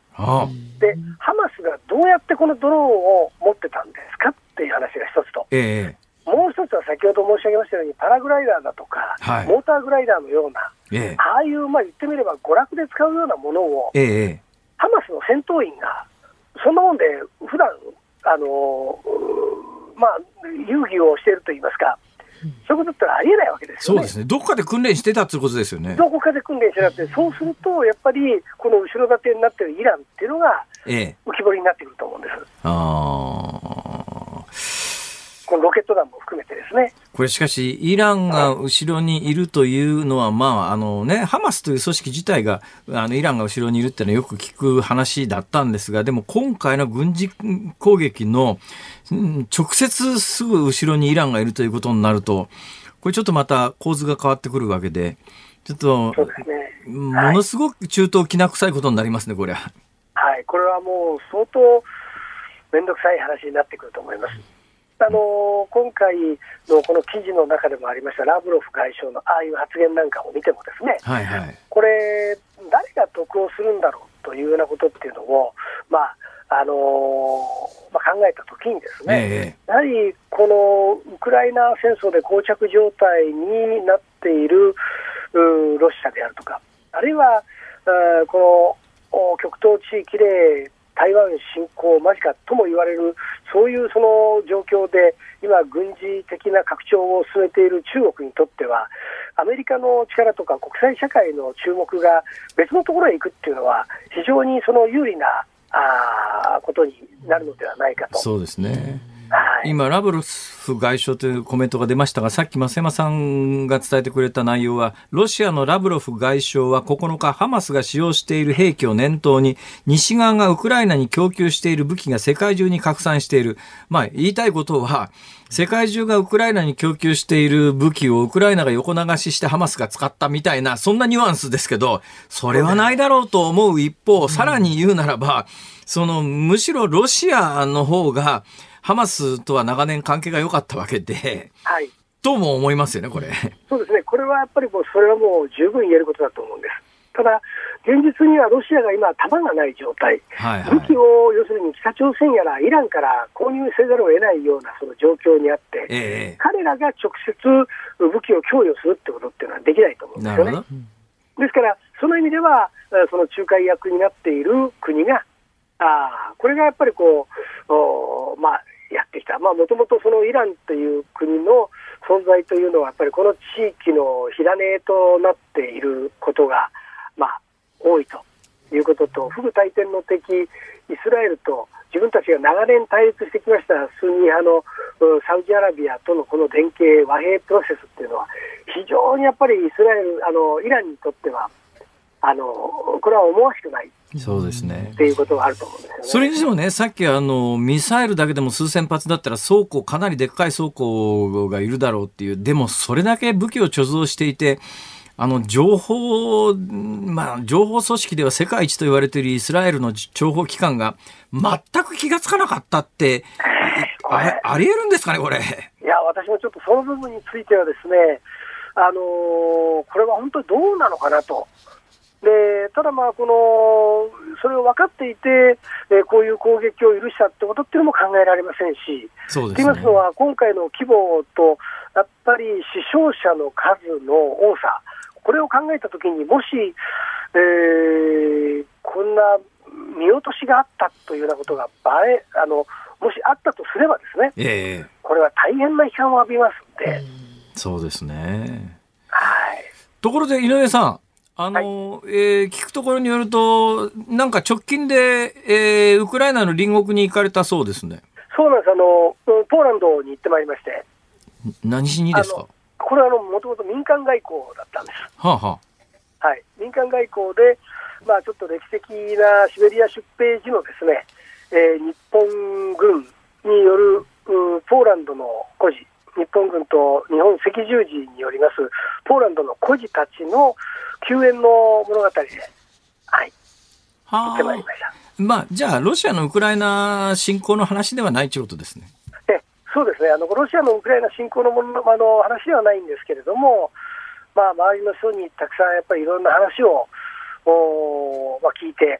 ああでハマスがどうやってこのドローンを持ってたんですかっていう話が一つと、 ええ、 もう一つは先ほど申し上げましたようにパラグライダーだとか、はい、モーターグライダーのような、ええ、ああいう、まあ、言ってみれば娯楽で使うようなものを、ええ、ハマスの戦闘員がそんなもんで普段あのまあ遊戯をしているといいますか、そういうことってありえないわけですよね。 そうですね。どこかで訓練してたということですよね。 どこかで訓練してたって、そうするとやっぱりこの後ろ盾になっているイランっていうのが浮き彫りになってくると思うんです。ええ、あこのロケット弾も含めてですね。 これしかしイランが後ろにいるというのは、まああのね、ハマスという組織自体があのイランが後ろにいるっていうのはよく聞く話だったんですが、でも今回の軍事攻撃の、うん、直接すぐ後ろにイランがいるということになると、これちょっとまた構図が変わってくるわけで、ちょっとそうですね、ものすごく中東きな臭いことになりますね、これは。 はい、これはもう相当めんどくさい話になってくると思います。あの今回のこの記事の中でもありましたラブロフ外相のああいう発言なんかを見てもですね、はいはい、これ誰が得をするんだろうというようなことっていうのを、まああのまあ、考えたときにですね、ええ、やはりこのウクライナ戦争で膠着状態になっているロシアであるとか、あるいはこの極東地域で台湾侵攻間近とも言われる、そういうその状況で今軍事的な拡張を進めている中国にとっては、アメリカの力とか国際社会の注目が別のところへ行くっていうのは非常にその有利なあことになるのではないかと。 そうですね。はい、今ラブロフ外相というコメントが出ましたが、さっき増山さんが伝えてくれた内容は、ロシアのラブロフ外相はここのかハマスが使用している兵器を念頭に西側がウクライナに供給している武器が世界中に拡散している、まあ、言いたいことは世界中がウクライナに供給している武器をウクライナが横流ししてハマスが使ったみたいな、そんなニュアンスですけど、それはないだろうと思う一方、さらに言うならば、そのむしろロシアの方がハマスとは長年関係が良かったわけで、はい、とも思いますよね、これ。 そうですね、これはやっぱりもうそれはもう十分言えることだと思うんです。ただ、現実にはロシアが今、弾がない状態、はいはい、武器を要するに北朝鮮やらイランから購入せざるを得ないようなその状況にあって、えー、彼らが直接武器を供与するってことっていうのはできないと思うんですよね。ですから、その意味では、その仲介役になっている国が、あこれがやっぱりこう、まあ、やってきた、もともとそのイランという国の存在というのは、やっぱりこの地域の火種となっていることが、まあ、多いということと、フグ大天の敵、イスラエルと自分たちが長年対立してきましたスンニ派のサウジアラビアとのこの連携、和平プロセスっていうのは、非常にやっぱりイスラエル、あのイランにとっては、あのこれは思わしくない。 そうですね。 っていうことがあると思うんですよね。 それにしてもね、さっきあのミサイルだけでも数千発だったら倉庫、かなりでっかい倉庫がいるだろうっていう、でもそれだけ武器を貯蔵していて、あの情報、まあ情報組織では世界一と言われているイスラエルの情報機関が全く気がつかなかったって、あ, あり得るんですかね、これ。 いや、私もちょっとその部分についてはですね、あのー、これは本当にどうなのかなと。でただ、まあこのそれを分かっていて、えー、こういう攻撃を許したってことっていうのも考えられませんし、そうですね、と言いますのは、今回の規模とやっぱり死傷者の数の多さ、これを考えたときに、もし、えー、こんな見落としがあったというようなことがばえあのもしあったとすればですね、えー、これは大変な批判を浴びますので。 そうですね、 はい、 ところで井上さん、あの、はい、えー、聞くところによると、なんか直近で、えー、ウクライナの隣国に行かれたそうですね。 そうなんです。あのポーランドに行ってまいりまして。 何しにですか？ これはもともと民間外交だったんです。 はあはあ、はい、民間外交で、まあ、ちょっと歴史的なシベリア出兵時のですね、えー、日本軍によるポーランドの孤児、日本軍と日本赤十字によりますポーランドの孤児たちの救援の物語で、はい、行ってまいりました。 まあ、じゃあロシアのウクライナ侵攻の話ではないということですね。 えそうですね、あのロシアのウクライナ侵攻のものあの話ではないんですけれども、まあ、周りの人にたくさんやっぱりいろんな話をお、まあ、聞いて、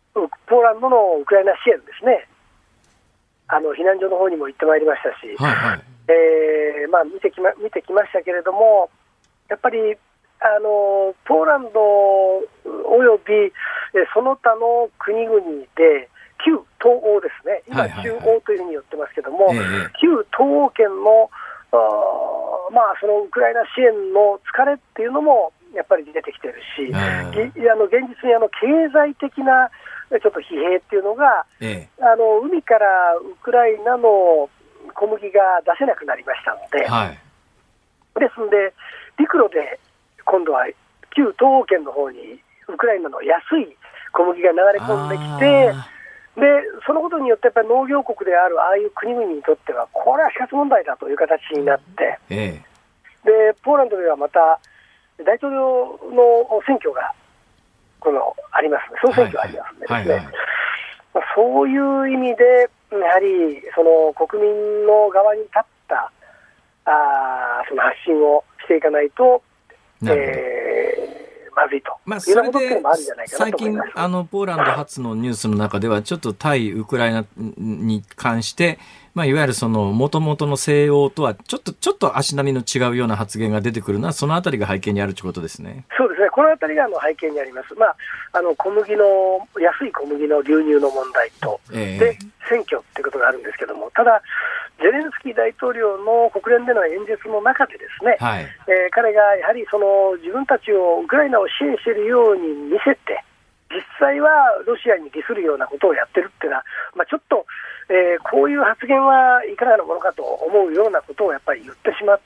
ポーランドのウクライナ支援ですね、あの避難所の方にも行ってまいりましたし、 はいはい、 えーまあ、見てきま、見てきましたけれども、やっぱりあのポーランドおよびその他の国々で旧東欧ですね、今、中欧というふうに言ってますけども、はいはいはい、旧東欧圏の、まあ、そのウクライナ支援の疲れっていうのもやっぱり出てきてるし、あの現実にあの経済的なちょっと疲弊っていうのが、ええ、あの海からウクライナの小麦が出せなくなりましたので、はい、ですので陸路で今度は旧東欧圏の方にウクライナの安い小麦が流れ込んできて、でそのことによってやっぱり農業国であるああいう国々にとってはこれは死活問題だという形になって、ええ、でポーランドではまた大統領の選挙がこのありますね、総選挙がありますのでですね、はいはいはい、まあ、そういう意味でやはりその国民の側に立ったあその発信をしていかないと、えーまずいと、 まあ、それで最近あのポーランド発のニュースの中ではちょっと対ウクライナに関して、まあ、いわゆるその元々の西欧とはちょっとちょっと足並みの違うような発言が出てくるのはそのあたりが背景にあるということですね。 そうですね、このあたりがあの背景にあります。まあ、あの小麦の安い小麦の流入の問題と、えー、で選挙ということがあるんですけども、ただゼレンスキー大統領の国連での演説の中でですね、はい、えー、彼がやはりその自分たちをウクライナを支援しているように見せて、実際はロシアに利するようなことをやってるっていうのは、まあ、ちょっと、えー、こういう発言はいかがなものかと思うようなことをやっぱり言ってしまって、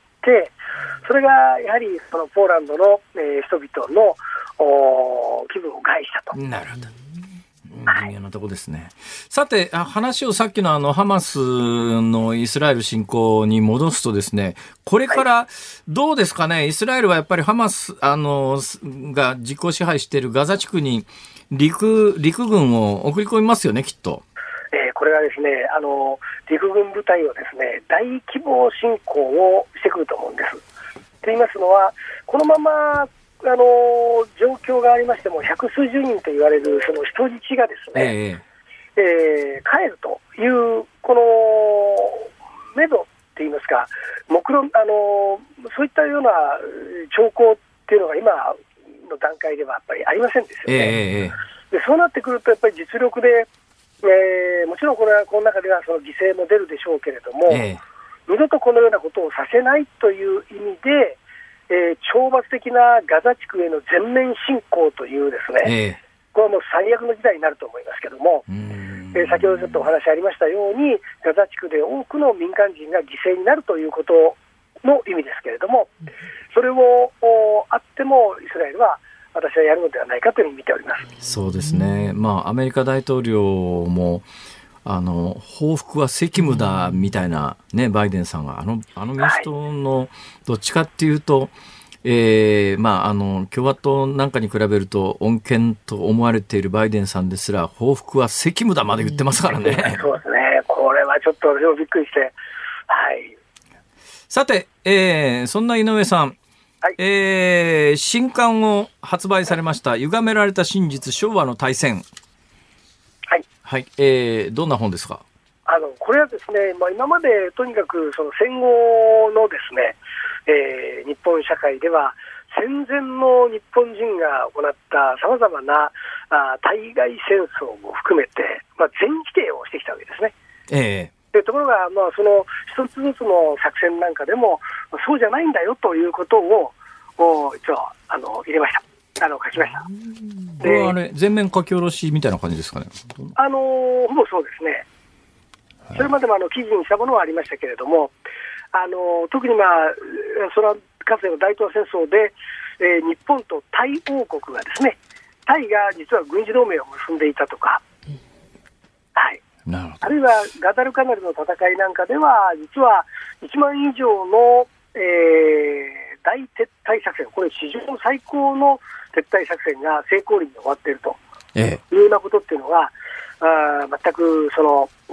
それがやはりそのポーランドの、えー、人々の気分を害したと。 なるほど、微妙なとこですね。さて、話をさっきのあのハマスのイスラエル侵攻に戻すとですね、これからどうですかね、イスラエルはやっぱりハマスあのが実効支配しているガザ地区に陸、陸軍を送り込みますよね、きっと。 えー、これはですね、あの陸軍部隊をですね、大規模侵攻をしてくると思うんです。と言いますのは、このままあの状況がありましても百数十人と言われるその人質がですね、えーえー、帰るというこの目処って言いますか、目論あのそういったような兆候っていうのが今の段階ではやっぱりありませんですよね。えー、でそうなってくるとやっぱり実力で、えー、もちろんこれはこの中ではその犠牲も出るでしょうけれども、えー、二度とこのようなことをさせないという意味で、えー、懲罰的なガザ地区への全面侵攻というですね、えー、これはもう最悪の事態になると思いますけども、えー、先ほどちょっとお話ありましたようにガザ地区で多くの民間人が犠牲になるということの意味ですけれども、それをあってもイスラエルは私はやるのではないかというふうに見ております。 そうですね、まあ、アメリカ大統領もあの報復は責務だみたいな、ね、バイデンさんがあの、あの民主党のどっちかっていうと、はい、えーまあ、あの共和党なんかに比べると穏健と思われているバイデンさんですら報復は責務だまで言ってますからね。 そうですね、これはちょっと私もびっくりして、はい、 さて、えー、そんな井上さん、はい、えー、新刊を発売されました歪められた真実昭和の大戦、 はいはい、えー、どんな本ですか。 あのこれはですね、まあ、今までとにかくその戦後のですね、えー、日本社会では戦前の日本人が行ったさまざまなあ対外戦争も含めて、まあ、全否定をしてきたわけですね。 えーでところが、まあ、その一つずつの作戦なんかでもそうじゃないんだよということを一応あの入れました。あの書きました。 これはあれ全面書き下ろしみたいな感じですかね。 あのほぼそうですね。それまでもあの記事にしたものはありましたけれども、あの特に、まあ、それはかつての大東亜戦争で、えー、日本とタイ王国がですね、タイが実は軍事同盟を結んでいたとか、はい、なるほど。あるいはガダルカナルの戦いなんかでは実はいちまん以上の、えー、大撤退作戦、これ史上最高の撤退作戦が成功裏に終わっているというようなことっていうのが、あ全くその、え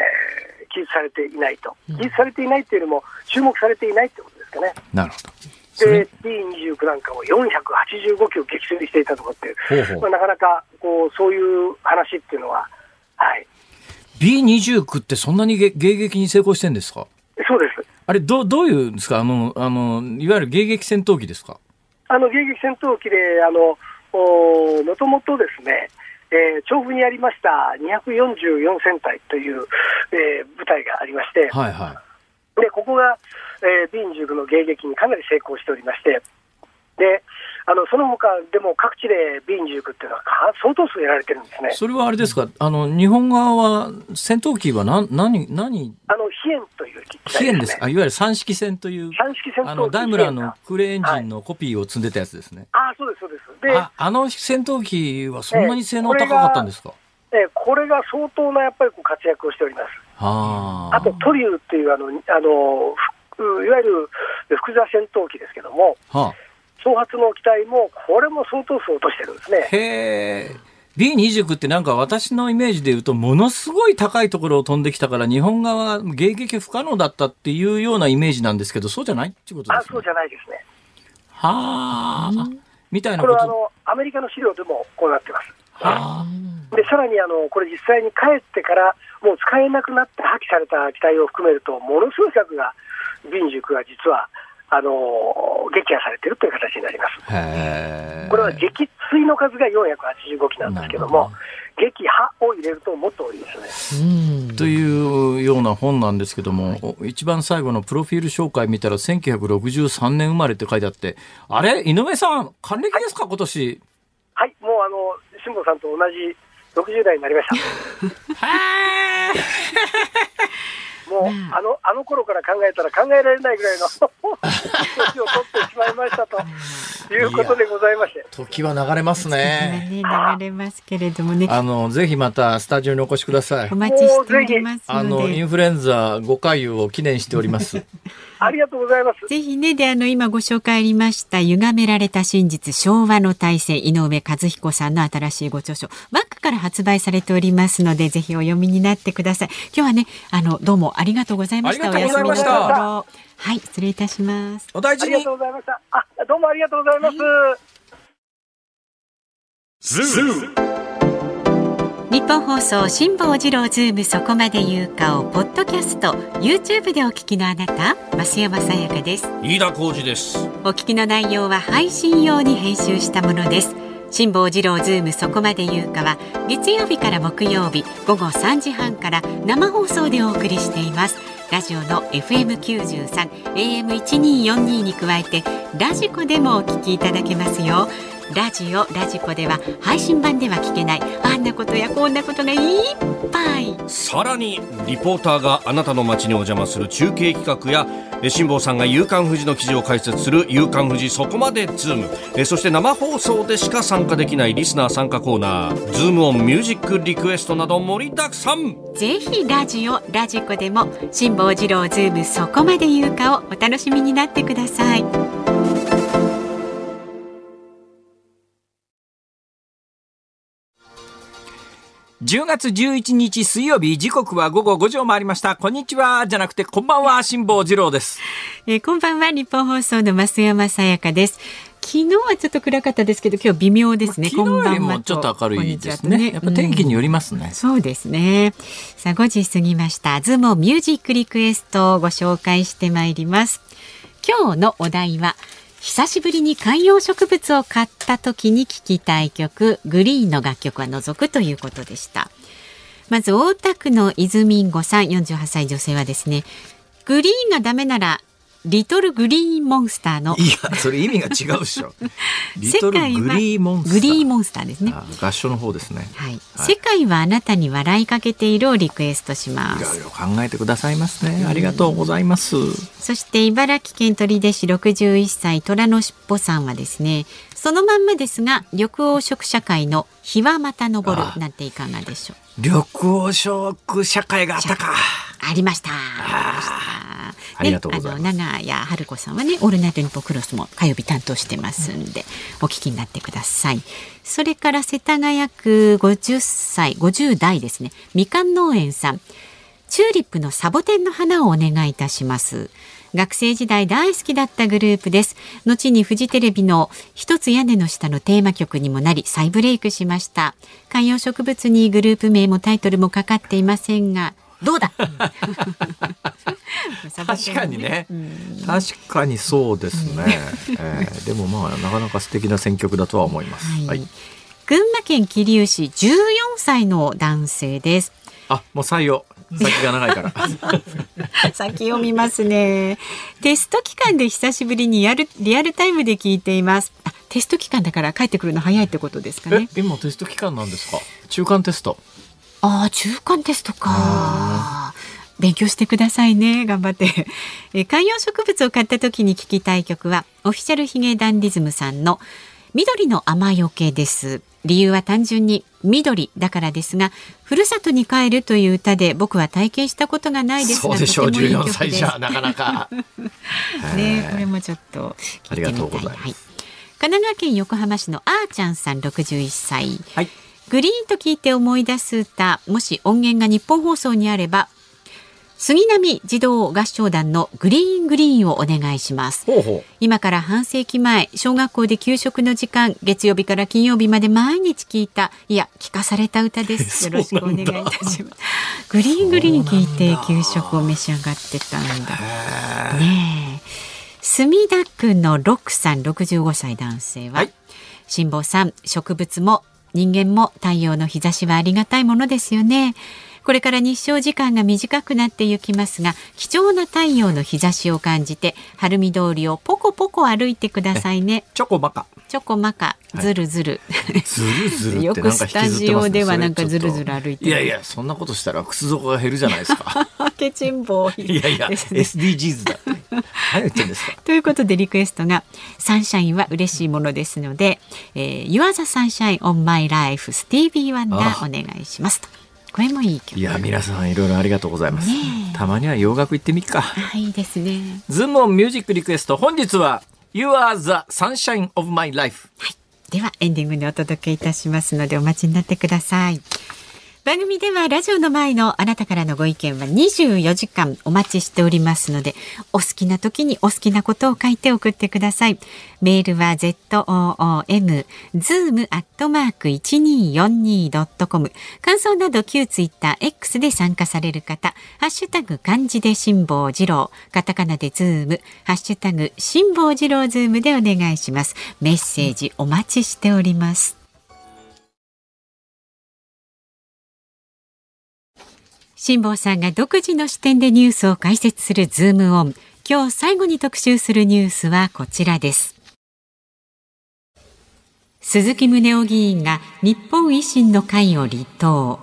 ー、記述されていないと、記述されていないというよりも注目されていないということですかね。 なるほど。 で ビーにじゅうきゅう なんかもよんひゃくはちじゅうごキロ撃墜していたとかっていう、ほうほう、まあ、なかなかこうそういう話っていうのは、はい、 ビーにじゅうきゅう ってそんなに迎撃に成功してるんですか？ そうです。 あれ ど, どういうんですか？あのあのいわゆる迎撃戦闘機ですか？ あの迎撃戦闘機で、あのもともとですね、えー、調布にありましたにひゃくよんじゅうよん戦隊という、えー、部隊がありまして、 はいはい、 でここが、えー、ビーにじゅうきゅう の迎撃にかなり成功しておりまして、であのその他でも各地で ビーにじゅうきゅう っていうのは相当数やられてるんですね。 それはあれですか、あの日本側は戦闘機は何何何あの飛燕という機体ですね。 飛燕ですか？いわゆる三式戦という三式戦闘機、 あのダイムラーのクーレエンジンのコピーを積んでたやつですね。 はい、あそうですそうです。であ, あの戦闘機はそんなに性能高かったんですか？ えー、これが、えー、これが相当なやっぱりこう活躍をしております。 はあとトリューっていうあのあのいわゆる複座戦闘機ですけども、はあ、総発の機体もこれも相当数落としてるんですね。 へー、ビーにじゅうきゅう ってなんか私のイメージで言うとものすごい高いところを飛んできたから日本側は迎撃不可能だったっていうようなイメージなんですけど、そうじゃないっていうことですね。 あ、そうじゃないですね。 はあ、みたいなここと。 れはあのアメリカの資料でもこうなってます。はあ、でさらにあのこれ実際に帰ってからもう使えなくなって破棄された機体を含めるとものすごい数が ビーにじゅうきゅう が実はあの撃破されているという形になります。 へー、 これは撃墜の数がよんひゃくはちじゅうごきなんですけども、撃破を入れるともっと多いですね。 というような本なんですけども、はい、一番最後のプロフィール紹介見たらせんきゅうひゃくろくじゅうさんねん生まれって書いてあって、あれ井上さん還暦ですか？はい、今年。 はい、もうあの辛坊さんと同じろくじゅう代になりました。はもうあのあの頃から考えたら考えられないぐらいの年を取ってしまいましたということでございまして、 時は流れますね。 時はね、流れますけれどもね、 あのぜひまたスタジオにお越しください。 お待ちしておりますので、 あのインフルエンザごかいを記念しておりますありがとうございます。 ぜひね、であの今ご紹介ありました歪められた真実昭和の大戦、井上和彦さんの新しいご著書バックから発売されておりますので、ぜひお読みになってください。今日はね、あのどうもありがとうございました。 ありがとうございました。 お休みのところ、はい、失礼いたします。 お大事に。 ありがとうございました。あ、どうもありがとうございます。はい、 ズーム日本放送辛坊治郎ズームそこまで言うかをポッドキャスト YouTube でお聞きのあなた、増山さやかです。 飯田浩司です。 お聞きの内容は配信用に編集したものです。辛坊治郎ズームそこまで言うかは月曜日から木曜日午後さんじはんから生放送でお送りしています。ラジオの エフエムきゅうじゅうさん エーエムせんにひゃくよんじゅうに に加えてラジコでもお聞きいただけますよ。ラジオラジコでは配信版では聞けないあんなことやこんなことがいっぱい。 さらにリポーターがあなたの街にお邪魔する中継企画や辛坊さんが夕刊フジの記事を解説する夕刊フジそこまでズーム、えそして生放送でしか参加できないリスナー参加コーナーズームオンミュージックリクエストなど盛りだくさん。 ぜひラジオラジコでも辛坊治郎ズームそこまで言うかをお楽しみになってください。 じゅうがつじゅういちにち水曜日、時刻は午後ごじを回りました。こんにちはじゃなくてこんばんは、辛坊治郎です。 えー、こんばんは、日本放送の増山さやかです。昨日はちょっと暗かったですけど今日微妙ですね。 まあ、昨日よりもちょっと明るいですね。やっぱ天気によりますね、 うん、そうですね。さあごじ過ぎました。ズームミュージックリクエストをご紹介してまいります。今日のお題は久しぶりに観葉植物を買った時に聴きたい曲、グリーンの楽曲は除くということでした。まず大田区の泉んごさん、よんじゅうはっさい女性はですね、グリーンがダメならリトルグリーンモンスターの、 いやそれ意味が違うでしょリトルグリーモンスター、 グリーモンスターですね。 合唱の方ですね、 はいはい、世界はあなたに笑いかけているをリクエストします。 いろいろ考えてくださいますね。ありがとうございます。 そして茨城県取手市ろくじゅういっさい虎のしっぽさんはですね、そのまんまですが緑黄色社会の日はまた昇るなんていかがでしょう。 緑黄色社会があったか。 ありました。 あありがとうございます。 あの長谷春子さんはね、オールナイトニッポンクロスも火曜日担当してますんで、うん、お聞きになってください。それから世田谷区ごじゅっさいごじゅう代ですね、みかん農園さん、 チューリップのサボテンの花をお願いいたします。学生時代大好きだったグループです。後にフジテレビの一つ屋根の下のテーマ曲にもなり再ブレイクしました。観葉植物にグループ名もタイトルもかかっていませんがどうだ確かにね、うん、確かにそうですね、えー、でもまあなかなか素敵な選曲だとは思います、はいはい、 群馬県桐生市じゅうよんさいの男性です。 あ、もう採用先が長いから先読みますね。テスト期間で久しぶりにやるリアルタイムで聞いています。あ、テスト期間だから帰ってくるの早いってことですかね。 え、今テスト期間なんですか。中間テスト。 あ、中間テストか。勉強してくださいね、頑張ってえ観葉植物を買った時に聞きたい曲はオフィシャルヒゲダンディズムさんの緑の雨よけです。理由は単純に緑だからですが、ふるさとに帰るという歌で僕は体験したことがないですが、 そうでしょう、じゅうよんさいじゃなかなかね、これもちょっと聞いてみたい。ありがとうございます、はい、神奈川県横浜市のあーちゃんさんろくじゅういっさい、はい、グリーンと聞いて思い出す歌、もし音源が日本放送にあれば杉並児童合唱団のグリーングリーンをお願いします。 ほうほう。 今から半世紀前、小学校で給食の時間、月曜日から金曜日まで毎日聞いた、いや聞かされた歌です。よろしくお願いいたします。グリーングリーン聞いて給食を召し上がってたんだね。え墨田区のロックさんろくじゅうごさい男性は、はい、辛坊さん、植物も人間も太陽の日差しはありがたいものですよね。これから日照時間が短くなっていきますが、貴重な太陽の日差しを感じて晴海通りをポコポコ歩いてくださいね。 チョコマカチョコマカずるずる、 はい、ずるずるってなんか引きずってますね。よくスタジオではなんかずるずる歩いてる。 いやいや、そんなことしたら靴底が減るじゃないですかケチンボーイいやいや エスディージーズ だって何言ってんですかということでリクエストがサンシャインは嬉しいものですので、えー、You are the sunshine on my life スティービーワンダーお願いしますと。これもいい曲。 いや皆さんいろいろありがとうございます、ね、たまには洋楽行ってみっか。 あ、いいですね。 ズームオンミュージックリクエスト、本日は You are the sunshine of my life、 はい、ではエンディングにお届けいたしますのでお待ちになってください。番組ではラジオの前のあなたからのご意見はにじゅうよじかんお待ちしておりますので、お好きな時にお好きなことを書いて送ってください。メールは ズーム ズーム アットマーク いちにーよんにー ドットコム、 感想など旧ツイッター X で参加される方、ハッシュタグ漢字で辛坊治郎、カタカナでズーム、ハッシュタグ辛坊治郎ズームでお願いします。メッセージお待ちしております。辛坊さんが独自の視点でニュースを解説するズームオン。今日最後に特集するニュースはこちらです。鈴木宗男議員が日本維新の会を離党。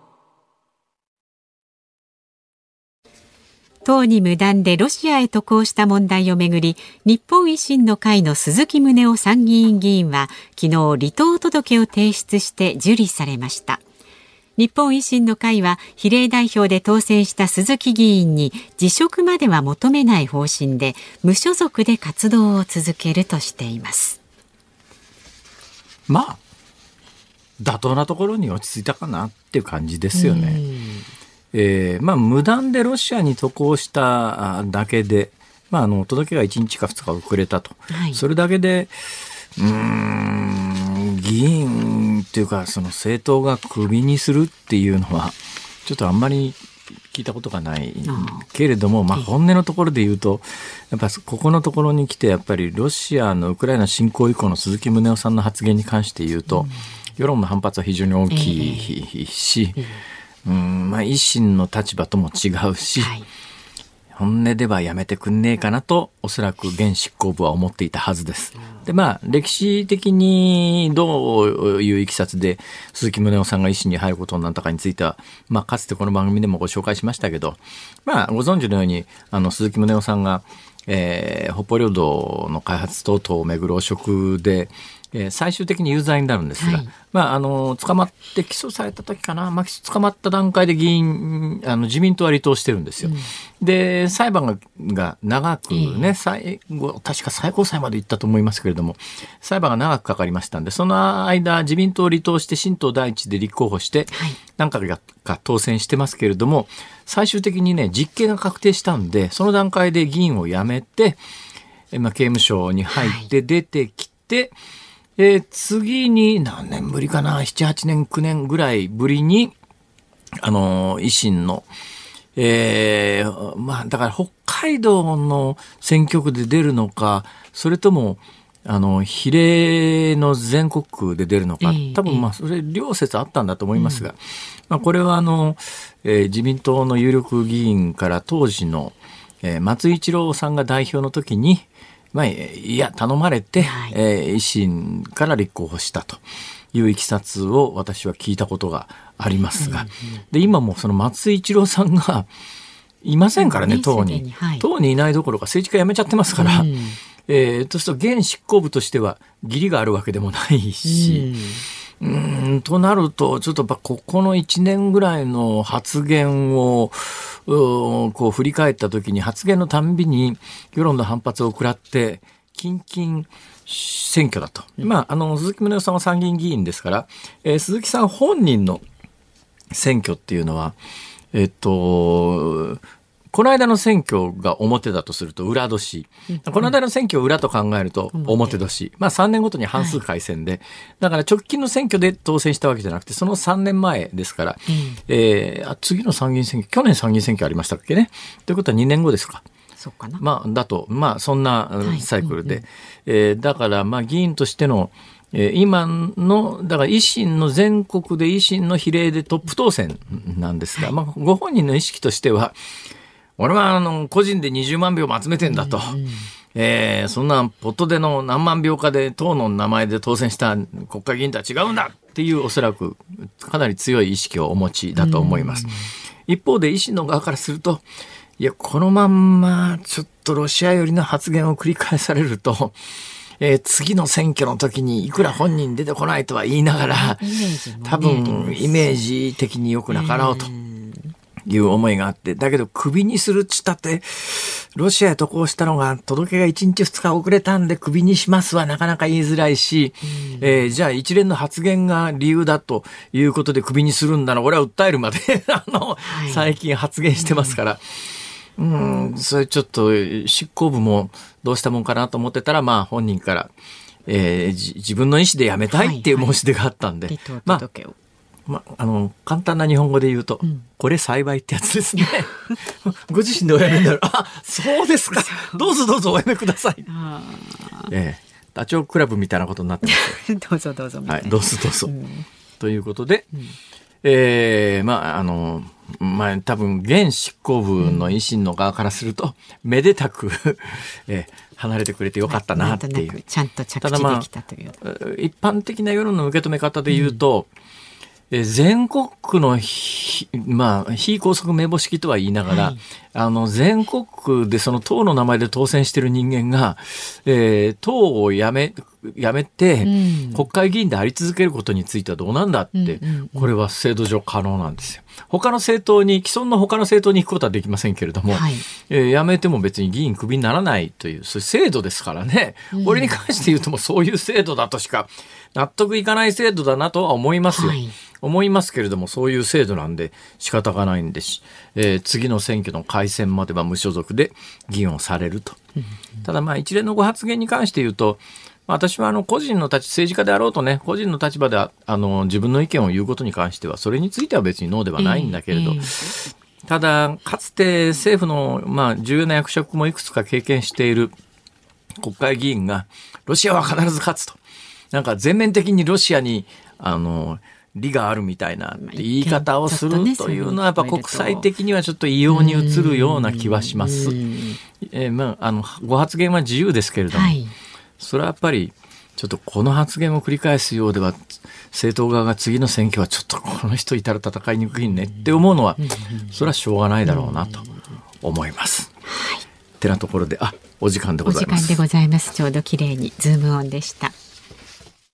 党に無断でロシアへ渡航した問題をめぐり、日本維新の会の鈴木宗男参議院議員は昨日離党届を提出して受理されました。日本維新の会は比例代表で当選した鈴木議員に辞職までは求めない方針で、無所属で活動を続けるとしています。 まあ妥当なところに落ち着いたかなっていう感じですよね。えーまあ、無断でロシアに渡航しただけで、まあ、あの届けがいちにちかふつか遅れたと、はい、それだけでうーん議員っていうかその政党がクビにするっていうのはちょっとあんまり聞いたことがないけれども、まあ、本音のところで言うとやっぱここのところに来てやっぱりロシアのウクライナ侵攻以降の鈴木宗男さんの発言に関して言うと、うん、世論の反発は非常に大きいし、えーうんまあ、維新の立場とも違うし、はい、本音ではやめてくんねえかなとおそらく現執行部は思っていたはずです。でまあ歴史的にどういういきさつで鈴木宗男さんが維新に入ることになったかについては、まあ、かつてこの番組でもご紹介しましたけど、まあ、ご存知のようにあの鈴木宗男さんが、えー、北方領土の開発等々をめぐる汚職でえー、最終的に有罪になるんですが、はい、まあ、あの捕まって起訴された時かな、まあ、捕まった段階で議員あの自民党は離党してるんですよ、うん、で裁判が、が長くね、えー、最後確か最高裁まで行ったと思いますけれども、裁判が長くかかりましたんで、その間自民党を離党して新党第一で立候補して、はい、何回か当選してますけれども、最終的にね実刑が確定したんで、その段階で議員を辞めて、まあ、刑務所に入って出てきて、はい、えー、次に何年ぶりかな、なな、はちねん、きゅうねんぐらいぶりに、あのー、維新の、えー、まあ、だから北海道の選挙区で出るのか、それとも、あの、比例の全国区で出るのか、多分まあ、それ両説あったんだと思いますが、うん、まあ、これはあの、えー、自民党の有力議員から当時の、えー、松井一郎さんが代表の時に、まあ、いや頼まれて、はい、えー、維新から立候補したといういきさつを私は聞いたことがありますが、うんうん、で今もその松井一郎さんがいませんからね、党に、はい、党にいないどころか政治家辞めちゃってますから、うん、えー、とすると現執行部としては義理があるわけでもないし、うん、うーんとなるとちょっとここのいちねんぐらいの発言をこう振り返った時に、発言のたんびに世論の反発を食らって近々選挙だと、うん、まあ、あの鈴木宗男さんは参議院議員ですから、えー、鈴木さん本人の選挙っていうのは、えっとこの間の選挙が表だとすると裏年、うん、この間の選挙を裏と考えると表年、まあ、さんねんごとに半数改選で、はい、だから直近の選挙で当選したわけじゃなくて、そのさんねんまえですから、うん、えー、次の参議院選挙、去年参議院選挙ありましたっけね、ということはにねんごですか。 そうかな、 まあ、だと、まあ、そんなサイクルで、はい、うんうん、えー、だからまあ議員としてのえー、今のだから維新の全国で維新の比例でトップ当選なんですが、はい、まあ、ご本人の意識としては、俺はあの個人でにじゅうまんびょうも集めてんだと、うんうん、えー、そんなポットでの何万票かで党の名前で当選した国会議員とは違うんだっていう、おそらくかなり強い意識をお持ちだと思います、うんうん、一方で維新の側からすると、いやこのまんまちょっとロシア寄りの発言を繰り返されると、えー、次の選挙の時にいくら本人出てこないとは言いながら、多分イメージ的に良くなかろうという思いがあって、だけどクビにするっちったって、ロシアへ渡航したのが届けがいちにちふつか遅れたんでクビにしますはなかなか言いづらいし、えー、じゃあ一連の発言が理由だということでクビにするんなら俺は訴えるまであの、はい、最近発言してますから、うん、それちょっと執行部もどうしたもんかなと思ってたら、まあ本人から、えー、自分の意思で辞めたいっていう申し出があったんで、はいはい、まあ、まあ、あの簡単な日本語で言うと、うん、これ幸いってやつですねご自身でお辞めになるあ、そうですか、どうぞどうぞお辞めください、えー、ダチョウ倶楽部みたいなことになってますどうぞどうぞみたいな、 はい、どうぞどうぞ、うん、ということで、うん、えー、まああのまあ、多分現執行部の維新の側からすると、うん、めでたく、えー、離れてくれてよかったなっていう、 ちゃんと着地できたという、 ただ、まあ、一般的な世論の受け止め方で言うと、うん、え全国区のひ、まあ、非拘束名簿式とは言いながら、はい、あの全国区でその党の名前で当選している人間が、えー、党を辞めやめて、うん、国会議員であり続けることについてはどうなんだって、うんうんうん、これは制度上可能なんですよ。他の政党に、既存の他の政党に行くことはできませんけれども、はい、えー、辞めても別に議員クビにならないという、そういう制度ですからね、うん、これに関して言うともそういう制度だとしか納得いかない制度だなとは思いますよ、はい、思いますけれども、そういう制度なんで仕方がないんですし、えー、次の選挙の改選までは無所属で議員をされると、うんうん、ただまあ一連のご発言に関して言うと、私はあの個人の立ち政治家であろうとね、個人の立場であの自分の意見を言うことに関してはそれについては別にノーではないんだけれど、えーえー、ただかつて政府のまあ重要な役職もいくつか経験している国会議員がロシアは必ず勝つと、なんか全面的にロシアにあの利があるみたいな言い方をするというのはやっぱ国際的にはちょっと異様に映るような気はします。えーまあ、あのご発言は自由ですけれども、はい、それはやっぱりちょっとこの発言を繰り返すようでは政党側が次の選挙はちょっとこの人いたら戦いにくいねって思うのはそれはしょうがないだろうなと思います。はい、ってなところで、あ、お時間でございます。 お時間でございます。ちょうど綺麗にズームオンでした。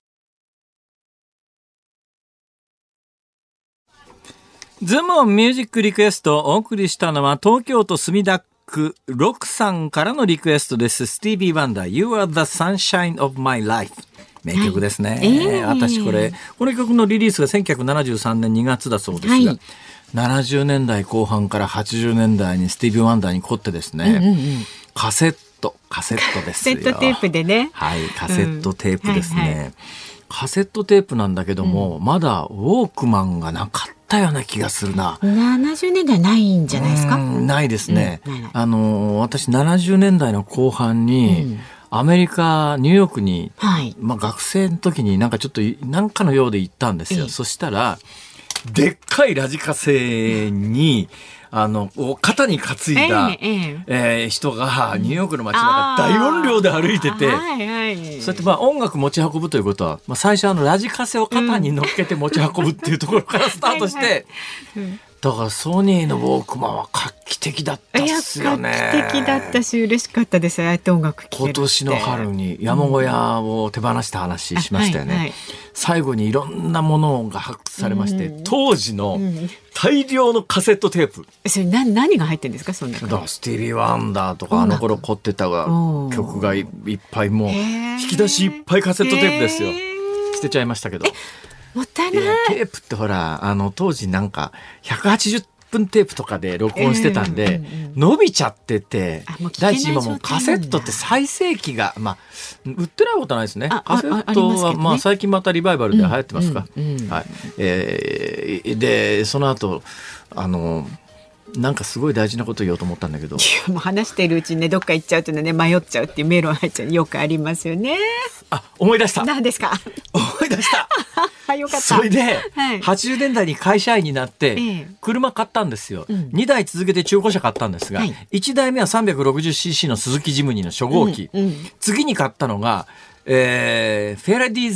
ズームオンミュージックリクエストをお送りしたのは東京都墨田区ろくさんからのリクエストです。スティービー・ワンダー You are the sunshine of my life。名曲ですね、はいえー、私これこの曲のリリースがせんきゅうひゃくななじゅうさんねんにがつだそうですが、はい、ななじゅうねんだいこう半からはちじゅうねんだいにスティービー・ワンダーに凝ってですね、うんうんうん、カセットカセットですよ。 カセットテープでね。 はい、カセットテープですね、うんはいはい、カセットテープなんだけども、うん、まだウォークマンがなかったような気がするな。 ななじゅうねんだいないんじゃないですか。 ないですね、うん、あの私ななじゅうねんだいの後半に、うんアメリカニューヨークに、はいまあ、学生の時になんかちょっと何かのようで行ったんですよ、ええ、そしたらでっかいラジカセにあの肩に担いだ、えええー、人がニューヨークの街中大音量で歩いてて、はいはい、そうやってまあ音楽持ち運ぶということは、まあ、最初あのラジカセを肩に乗っけて持ち運ぶっていうところからスタートして、はいはいうんだからソニーのウォークマンは画期的だったっすよね。 画期的だったし嬉しかったです。ああやって音楽聴けるって。 今年の春に山小屋を手放した話しましたよね、うんはいはい、最後にいろんなものが発掘されまして、うん、当時の大量のカセットテープ、 それ 何, 何が入ってるんですか。そんなだからスティービー・ワンダーとかあの頃凝ってたが曲が い, いっぱいもう引き出しいっぱいカセットテープですよ。捨てちゃいましたけど。 もったいない。 テープってほらあの当時なんかひゃくはちじゅっぷんテープとかで録音してたんで、えーうんうん、伸びちゃってて第一今もうカセットって最盛期が、まあ、売ってないことないですね。カセットは、ねまあ、最近またリバイバルで流行ってますか、うんうんうんはいえー、でその後あのなんかすごい大事なこと言おうと思ったんだけど、いやもう話しているうちにねどっか行っちゃうとね迷っちゃうっていう迷路が入っちゃうよくありますよね。 あ思い出した。 何ですか。 思い出したよかった。 それで、はい、はちじゅうねんだいに会社員になって車買ったんですよ、ええ、にだい続けて中古車買ったんですが、はい、いちだいめは さんびゃくろくじゅっシーシー のスズキジムニーの初号機、うんうん、次に買ったのが、えー、フェラディ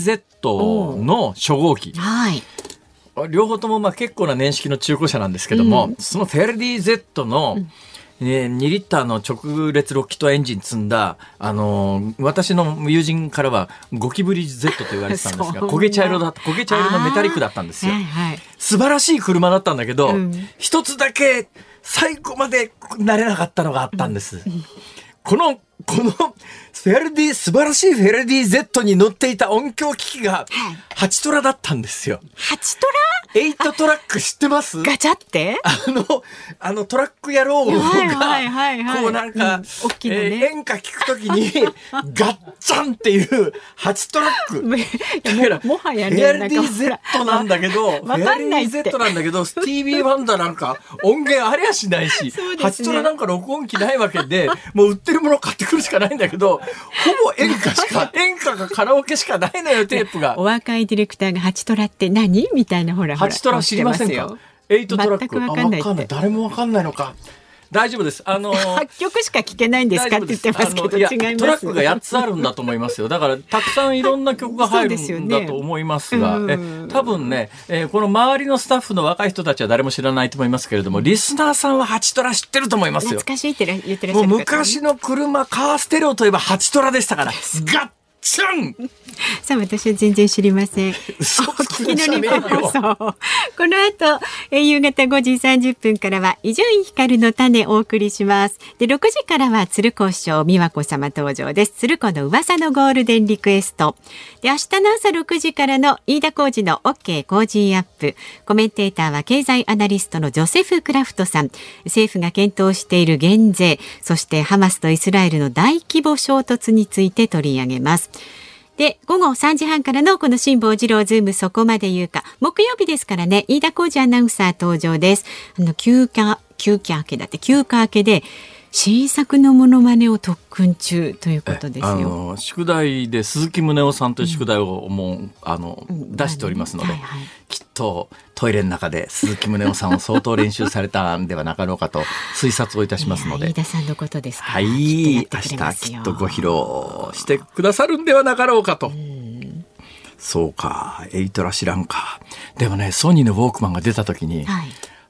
Z の初号機、はい両方ともまあ結構な年式の中古車なんですけども、うん、そのフェラディ Z の、うんね、にリッターの直列ロキットエンジン積んだ、あのー、私の友人からはゴキブリ Z と言われてたんですが焦げ茶色だ焦げ茶色のメタリックだったんですよ、はいはい、素晴らしい車だったんだけど、うん、一つだけ最後まで慣れなかったのがあったんです、うん、このこのフェラディ素晴らしいフェラディ Z に乗っていた音響機器がはちトラだったんですよ。 はちトラエイトトラック知ってます？ ガチャってあのあのトラック野郎がこうなんか、うん大きなねえー、演歌聞くときにガッチャンっていうはちトラックだからもはやねフェラディ Z なんだけどフェラディ Z なんだけどスティービー・ワンダーなんか音源ありゃしないし、ね、はちトラなんか録音機ないわけでもう売ってるもの買ってくるしかないんだけどほぼ演歌しか演歌かカラオケしかないのよテープが。 お若いディレクターがはちトラって何みたいなほらはちトラ知りませんか？エイトトラック全く分かんないって。あ、分かんない。 誰も分かんないのか。大丈夫です。あのー、 はちきょくしか聴けないんですかって言ってますけど違います。 トラックがやっつあるんだと思いますよ。だからたくさんいろんな曲が入るんだと思いますが、す、ね、え多分ね、えー、この周りのスタッフの若い人たちは誰も知らないと思いますけれども、リスナーさんははちトラ知ってると思いますよ。 懐かしいって言ってらっしゃる方、ね、 もう昔の車カーステレオといえばはちトラでしたから。ガッチャンさあ私は全然知りません。お聞きの日本放送この後え夕方ごじさんじゅっぷんからは伊集院光の種をお送りします。でろくじからは鶴子師匠美和子様登場です。鶴子の噂のゴールデンリクエストで明日の朝ろくじからの飯田浩司の OK 工事アップ。コメンテーターは経済アナリストのジョセフ・クラフトさん。政府が検討している減税、そしてハマスとイスラエルの大規模衝突について取り上げます。で午後さんじはんからのこの辛坊治郎ズームそこまで言うか、木曜日ですからね、飯田浩司アナウンサー登場です。あの休暇休暇明けだって休暇明けで新作のモノマネを特訓中ということですよ。あの宿題で鈴木宗男さんという宿題をもう、うん、あの出しておりますので、はいはい、きっとトイレの中で鈴木宗男さんを相当練習されたんではなかろうかと推察をいたしますので、 飯田さんのことですから、 はい、明日きっとご披露してくださるんではなかろうかと。うんそうかエイトラ知らんか。でもねソニーのウォークマンが出た時に、はい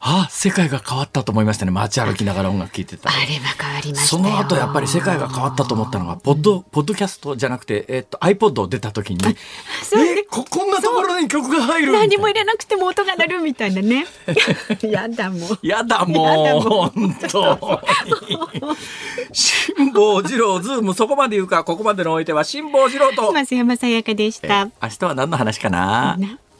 あ、世界が変わったと思いましたね。街歩きながら音楽聴いてた。 あれは変わりましたよ。 その後やっぱり世界が変わったと思ったのが、ポッド、ポッドキャストじゃなくて、えっと、iPod 出た時に、えこ、こんなところに曲が入るみたいな。 何も入れなくても音が鳴るみたいなね。やだもん。 やだもん。本当に。辛坊治郎ズーム、そこまで言うか。ここまでのおいては辛坊治郎と増山さやかでした。 明日は何の話かな。